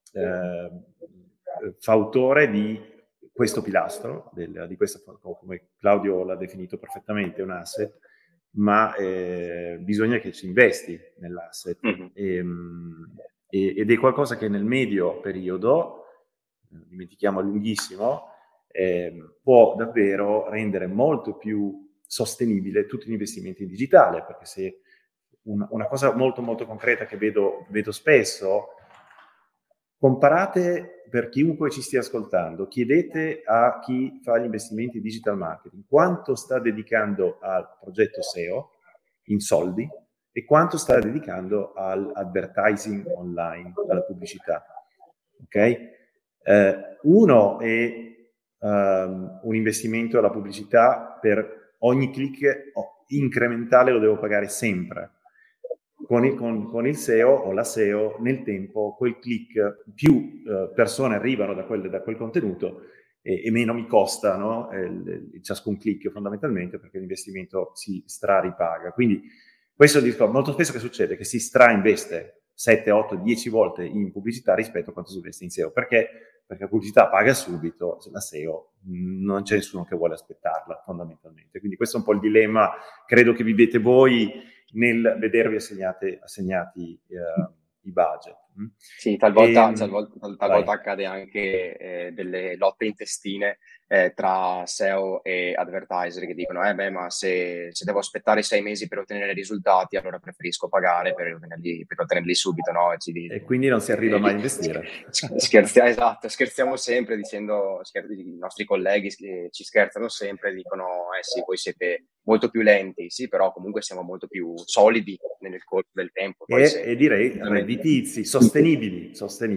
fautore di questo pilastro, di questa, come Claudio l'ha definito perfettamente, un asset, ma bisogna che ci investi nell'asset. Ed è qualcosa che nel medio periodo, dimentichiamo a lunghissimo, può davvero rendere molto più sostenibile tutti gli investimenti in digitale, perché se una cosa molto molto concreta che vedo spesso, comparate, per chiunque ci stia ascoltando, chiedete a chi fa gli investimenti in digital marketing quanto sta dedicando al progetto SEO in soldi e quanto sta dedicando all'advertising online, alla pubblicità. Ok? Uno è un investimento alla pubblicità per ogni click incrementale, lo devo pagare sempre. Con il SEO o la SEO, nel tempo, quel click, più persone arrivano da quel contenuto e meno mi costa, no? Ciascun click fondamentalmente, perché l'investimento si straripaga. Quindi questo è il discorso. Molto spesso che succede? Che si strainveste 7, 8, 10 volte in pubblicità rispetto a quanto si investe in SEO. Perché? Perché la pubblicità paga subito, la SEO non c'è nessuno che vuole aspettarla fondamentalmente. Quindi questo è un po' il dilemma, credo che vivete voi nel vedervi assegnati i budget. Sì, talvolta accade anche delle lotte intestine tra SEO e advertiser che dicono ma se devo aspettare 6 mesi per ottenere risultati, allora preferisco pagare per ottenerli subito, no? E quindi non si arriva mai a investire. Esatto, scherziamo sempre dicendo, i nostri colleghi ci scherzano sempre, dicono sì, voi siete molto più lenti, sì, però comunque siamo molto più solidi nel corso del tempo. E direi redditizi, sostenibili.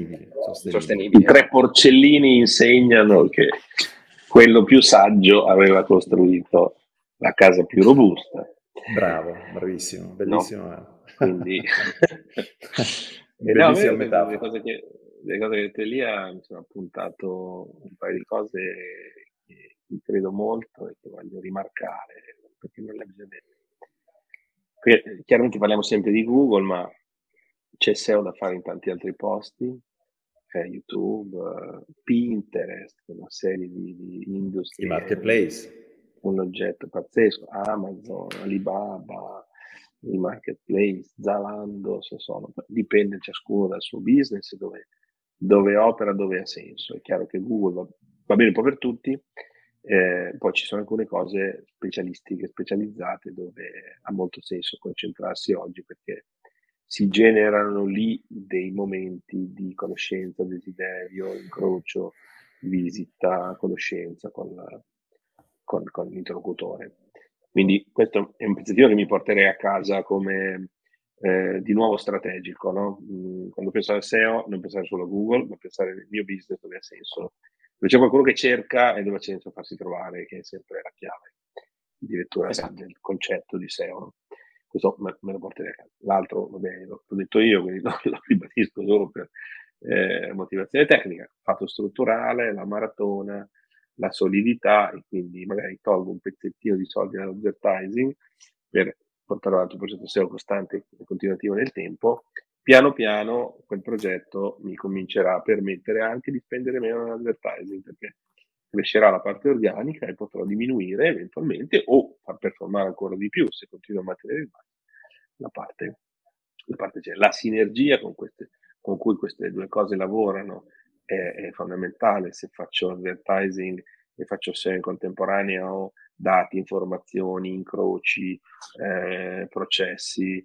I 3 porcellini insegnano che quello più saggio aveva costruito la casa più robusta. Bravo, bravissimo, bellissimo. No? Quindi bellissima metafora. Le cose che detto Elia, mi sono appuntato un paio di cose che credo molto e che voglio rimarcare, perché non le bisogna detto. Chiaramente parliamo sempre di Google, ma c'è SEO da fare in tanti altri posti, YouTube, Pinterest, una serie di industrie. I marketplace. Un oggetto pazzesco, Amazon, Alibaba, i marketplace, Zalando, se sono, dipende ciascuno dal suo business, dove opera, dove ha senso. È chiaro che Google va bene un po' per tutti, poi ci sono alcune cose specialistiche, specializzate, dove ha molto senso concentrarsi oggi, perché si generano lì dei momenti di conoscenza, desiderio, incrocio, visita, conoscenza con l'interlocutore. Quindi questo è un pezzettino che mi porterei a casa come di nuovo strategico, no? Quando penso al SEO non pensare solo a Google, ma pensare nel mio business dove ha senso, dove c'è qualcuno che cerca e dove ha senso farsi trovare, che è sempre la chiave addirittura del concetto di SEO, no? Questo me lo porterei a casa. L'altro, vabbè, l'ho detto io, quindi lo ribadisco solo per motivazione tecnica, fatto strutturale, la maratona, la solidità, e quindi magari tolgo un pezzettino di soldi dall'advertising per portare avanti un progetto SEO costante e continuativo nel tempo. Piano piano quel progetto mi comincerà a permettere anche di spendere meno nell'advertising, perché crescerà la parte organica e potrò diminuire eventualmente o far performare ancora di più, se continuo a mantenere il budget, la parte c'è. La sinergia con cui queste due cose lavorano è fondamentale. Se faccio advertising e faccio SEO in contemporanea, ho dati, informazioni, incroci, processi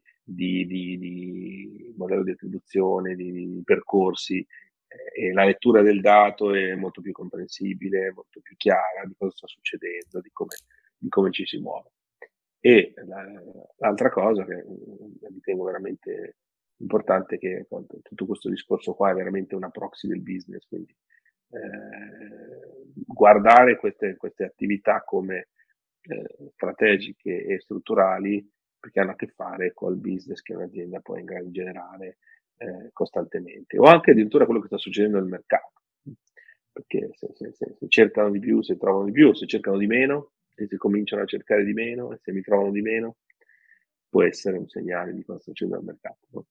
di modello di attribuzione, di percorsi, e la lettura del dato è molto più comprensibile, molto più chiara di cosa sta succedendo, di come ci si muove. E l'altra cosa che ritengo veramente importante è che tutto questo discorso qua è veramente una proxy del business, quindi guardare queste attività come strategiche e strutturali, perché hanno a che fare col business che un'azienda può in grado di generare costantemente, o anche addirittura quello che sta succedendo nel mercato, perché se cercano di più, se trovano di più, se cercano di meno e se cominciano a cercare di meno e se mi trovano di meno, può essere un segnale di cosa sta succedendo nel mercato, no?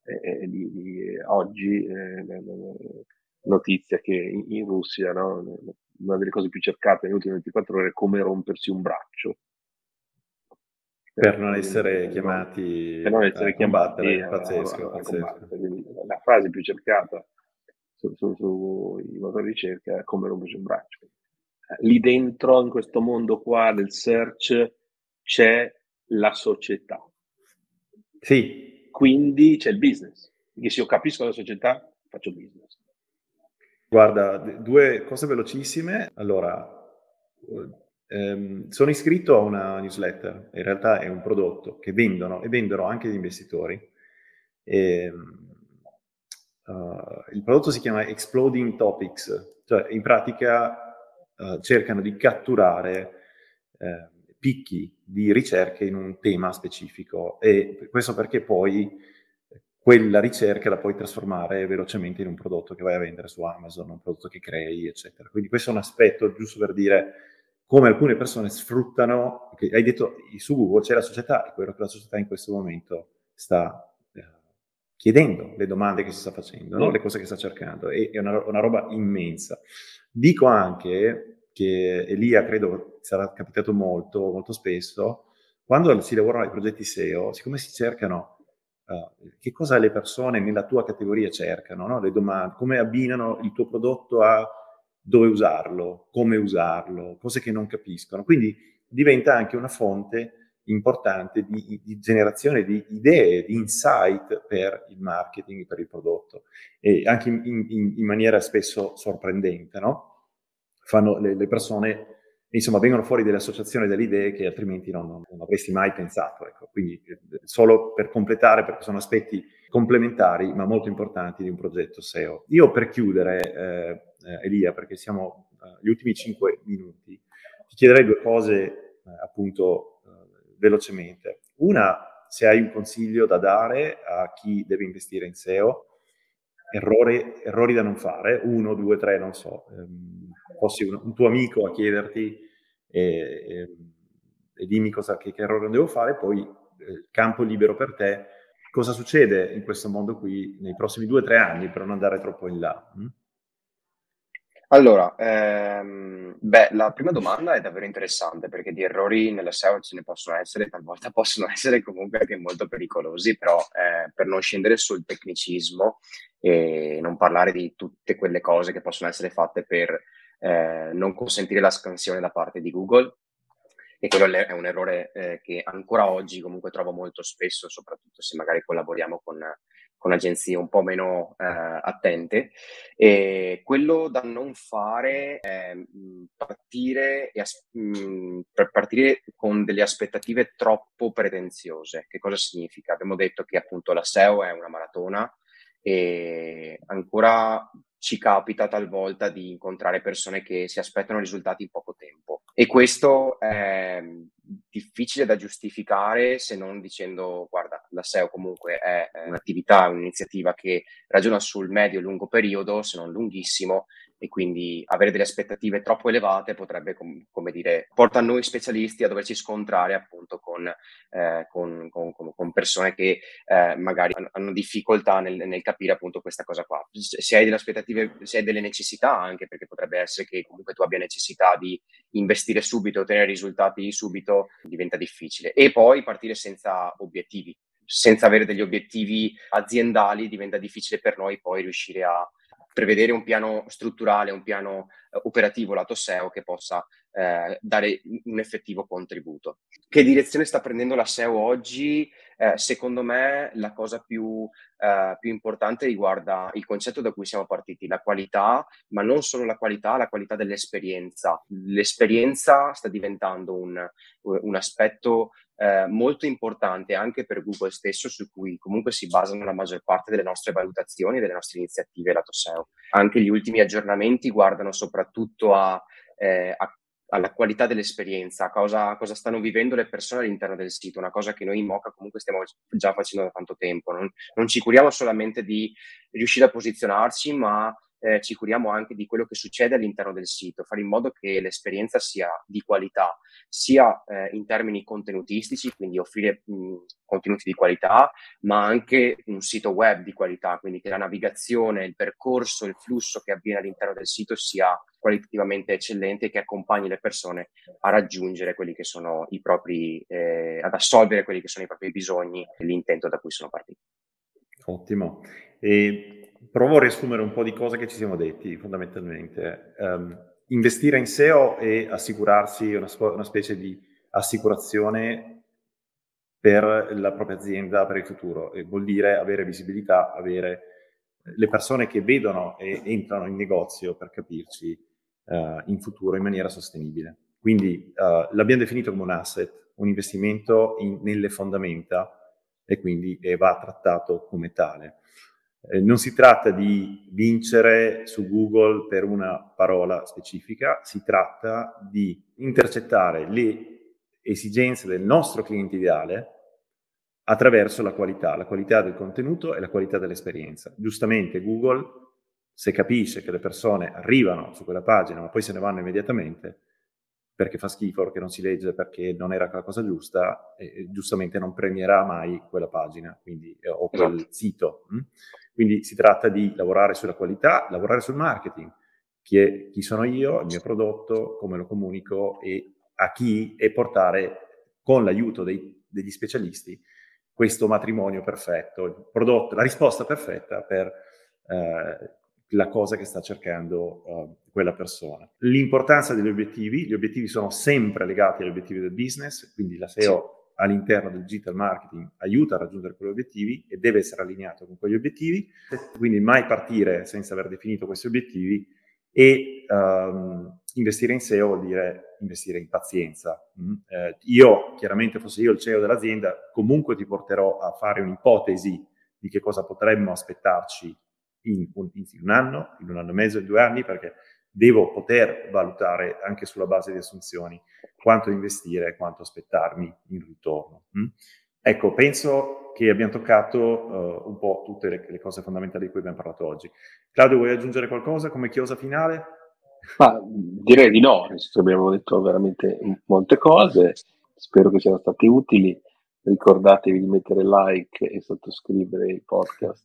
Oggi notizia che in Russia, no, una delle cose più cercate nelle ultime 24 ore è come rompersi un braccio per non essere chiamati a combattere. Pazzesco. Quindi la frase più cercata sui motori di ricerca è come rompersi un braccio. Lì dentro, in questo mondo qua del search, c'è la società. Sì. Quindi c'è il business. Perché se io capisco la società, faccio business. Guarda, due cose velocissime. Allora, sono iscritto a una newsletter, in realtà è un prodotto che vendono anche gli investitori. Il prodotto si chiama Exploding Topics, cioè in pratica cercano di catturare picchi di ricerche in un tema specifico, e questo perché poi quella ricerca la puoi trasformare velocemente in un prodotto che vai a vendere su Amazon, un prodotto che crei, eccetera. Quindi questo è un aspetto giusto per dire come alcune persone sfruttano, che hai detto su Google c'è la società, è quello che la società in questo momento sta chiedendo, le domande che si sta facendo, no? Le cose che sta cercando, è una roba immensa. Dico anche che Elia, credo sarà capitato molto spesso, quando si lavorano ai progetti SEO, siccome si cercano che cosa le persone nella tua categoria cercano, no? Le domande, come abbinano il tuo prodotto a dove usarlo, come usarlo, cose che non capiscono. Quindi diventa anche una fonte importante di generazione di idee, di insight per il marketing, per il prodotto, e anche in maniera spesso sorprendente, no? Fanno le persone, insomma, vengono fuori delle associazioni, delle idee che altrimenti non avresti mai pensato. Ecco. Quindi solo per completare, perché sono aspetti complementari ma molto importanti di un progetto SEO. Io per chiudere, Elia, perché siamo agli ultimi 5 minuti, ti chiederei 2 cose appunto velocemente. Una, se hai un consiglio da dare a chi deve investire in SEO, errori da non fare, 1, 2, 3, non so, fossi un tuo amico a chiederti e dimmi che errore non devo fare, poi campo libero per te, cosa succede in questo mondo qui nei prossimi 2-3 anni, per non andare troppo in là? Allora, la prima domanda è davvero interessante, perché di errori nella SEO ce ne possono essere, talvolta possono essere comunque anche molto pericolosi, però per non scendere sul tecnicismo e non parlare di tutte quelle cose che possono essere fatte per non consentire la scansione da parte di Google, e quello è un errore che ancora oggi comunque trovo molto spesso, soprattutto se magari collaboriamo con agenzie un po' meno attente. E quello da non fare è partire con delle aspettative troppo pretenziose. Che cosa significa? Abbiamo detto che appunto la SEO è una maratona e ancora ci capita talvolta di incontrare persone che si aspettano risultati in poco tempo, e questo è difficile da giustificare se non dicendo: guarda, la SEO comunque è un'attività, un'iniziativa che ragiona sul medio e lungo periodo, se non lunghissimo, e quindi avere delle aspettative troppo elevate potrebbe, come dire, porta a noi specialisti a doverci scontrare appunto con persone che magari hanno difficoltà nel capire appunto questa cosa qua. Se hai delle aspettative, se hai delle necessità, anche perché potrebbe essere che comunque tu abbia necessità di investire subito, ottenere risultati subito, diventa difficile. E poi partire senza obiettivi. Senza avere degli obiettivi aziendali diventa difficile per noi poi riuscire a prevedere un piano strutturale, un piano operativo lato SEO che possa dare un effettivo contributo. Che direzione sta prendendo la SEO oggi? Secondo me la cosa più importante riguarda il concetto da cui siamo partiti, la qualità, ma non solo la qualità dell'esperienza. L'esperienza sta diventando un aspetto molto importante anche per Google stesso, su cui comunque si basano la maggior parte delle nostre valutazioni e delle nostre iniziative lato SEO. Anche gli ultimi aggiornamenti guardano soprattutto alla qualità dell'esperienza, cosa stanno vivendo le persone all'interno del sito, una cosa che noi in Moka comunque stiamo già facendo da tanto tempo. Non ci curiamo solamente di riuscire a posizionarci, ma ci curiamo anche di quello che succede all'interno del sito, fare in modo che l'esperienza sia di qualità, sia in termini contenutistici, quindi offrire contenuti di qualità, ma anche un sito web di qualità, quindi che la navigazione, il percorso, il flusso che avviene all'interno del sito sia qualitativamente eccellente e che accompagni le persone a raggiungere quelli che sono i propri, ad assolvere quelli che sono i propri bisogni e l'intento da cui sono partiti. Ottimo. E provo a riassumere un po' di cose che ci siamo detti fondamentalmente. Investire in SEO e assicurarsi una specie di assicurazione per la propria azienda per il futuro, e vuol dire avere visibilità, avere le persone che vedono e entrano in negozio, per capirci, in futuro in maniera sostenibile. Quindi l'abbiamo definito come un asset, un investimento nelle fondamenta, e quindi va trattato come tale. Non si tratta di vincere su Google per una parola specifica, si tratta di intercettare le esigenze del nostro cliente ideale attraverso la qualità del contenuto e la qualità dell'esperienza. Giustamente Google, se capisce che le persone arrivano su quella pagina ma poi se ne vanno immediatamente perché fa schifo, perché non si legge, perché non era la cosa giusta, giustamente non premierà mai quella pagina, quindi, o quel sito. Quindi si tratta di lavorare sulla qualità, lavorare sul marketing, chi sono io, il mio prodotto, come lo comunico e a chi, e portare con l'aiuto degli specialisti questo matrimonio perfetto, il prodotto, la risposta perfetta per la cosa che sta cercando quella persona. L'importanza degli obiettivi, gli obiettivi sono sempre legati agli obiettivi del business, quindi la SEO all'interno del digital marketing aiuta a raggiungere quegli obiettivi e deve essere allineato con quegli obiettivi, quindi mai partire senza aver definito questi obiettivi. E investire in SEO vuol dire investire in pazienza. Io, chiaramente, fossi io il CEO dell'azienda, comunque ti porterò a fare un'ipotesi di che cosa potremmo aspettarci in un anno, in un anno e mezzo, in 2 anni, perché devo poter valutare anche sulla base di assunzioni quanto investire e quanto aspettarmi in ritorno. Ecco, penso che abbiamo toccato un po' tutte le cose fondamentali di cui abbiamo parlato oggi. Claudio, vuoi aggiungere qualcosa come chiosa finale? Direi di no, abbiamo detto veramente molte cose, spero che siano stati utili. Ricordatevi di mettere like e sottoscrivere il podcast,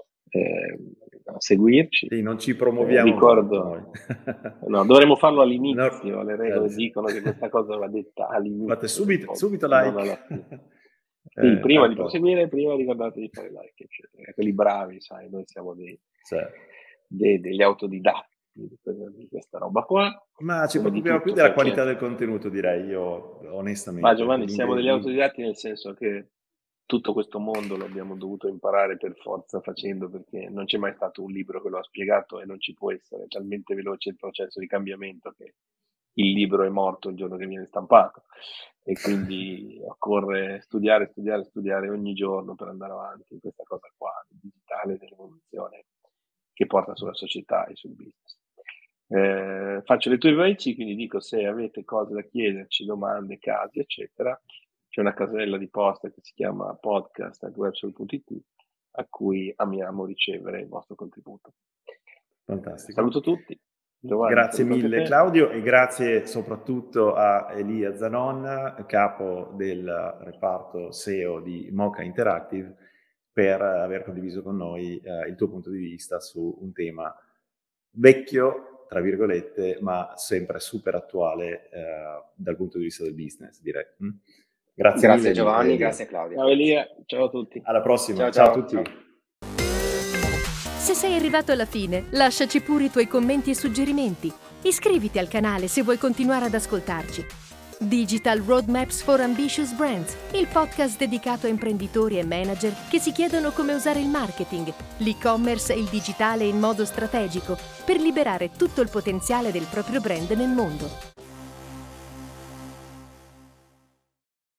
a seguirci. Sì, non ci promuoviamo ricordo noi. No, dovremmo farlo all'inizio, No, le regole dicono che questa cosa va detta all'inizio. Fate subito like. Sì, prima di proseguire, prima ricordate di fare like, eccetera. Quelli bravi, sai, noi siamo degli autodidatti di questa roba qua. Ma ci preoccupiamo più della qualità del contenuto, direi io, onestamente. Ma Giovanni, siamo degli autodidatti nel senso che tutto questo mondo lo abbiamo dovuto imparare per forza facendo, perché non c'è mai stato un libro che lo ha spiegato e non ci può essere, è talmente veloce il processo di cambiamento che il libro è morto il giorno che viene stampato e quindi occorre studiare ogni giorno per andare avanti in questa cosa qua, del digitale, dell'evoluzione che porta sulla società e sul business. Faccio le tue veci, quindi dico, se avete cose da chiederci, domande, casi, eccetera, c'è una casella di posta che si chiama podcast@websol.it a cui amiamo ricevere il vostro contributo. Fantastico. Saluto tutti. Giovanni, grazie mille Claudio e grazie soprattutto a Elia Zanon, capo del reparto SEO di Mocha Interactive, per aver condiviso con noi il tuo punto di vista su un tema vecchio, tra virgolette, ma sempre super attuale dal punto di vista del business, direi. Grazie mille, Giovanni, grazie Claudio. Ciao Elia, ciao a tutti. Alla prossima, ciao a tutti. Ciao. Se sei arrivato alla fine, lasciaci pure i tuoi commenti e suggerimenti. Iscriviti al canale se vuoi continuare ad ascoltarci. Digital Roadmaps for Ambitious Brands, il podcast dedicato a imprenditori e manager che si chiedono come usare il marketing, l'e-commerce e il digitale in modo strategico per liberare tutto il potenziale del proprio brand nel mondo.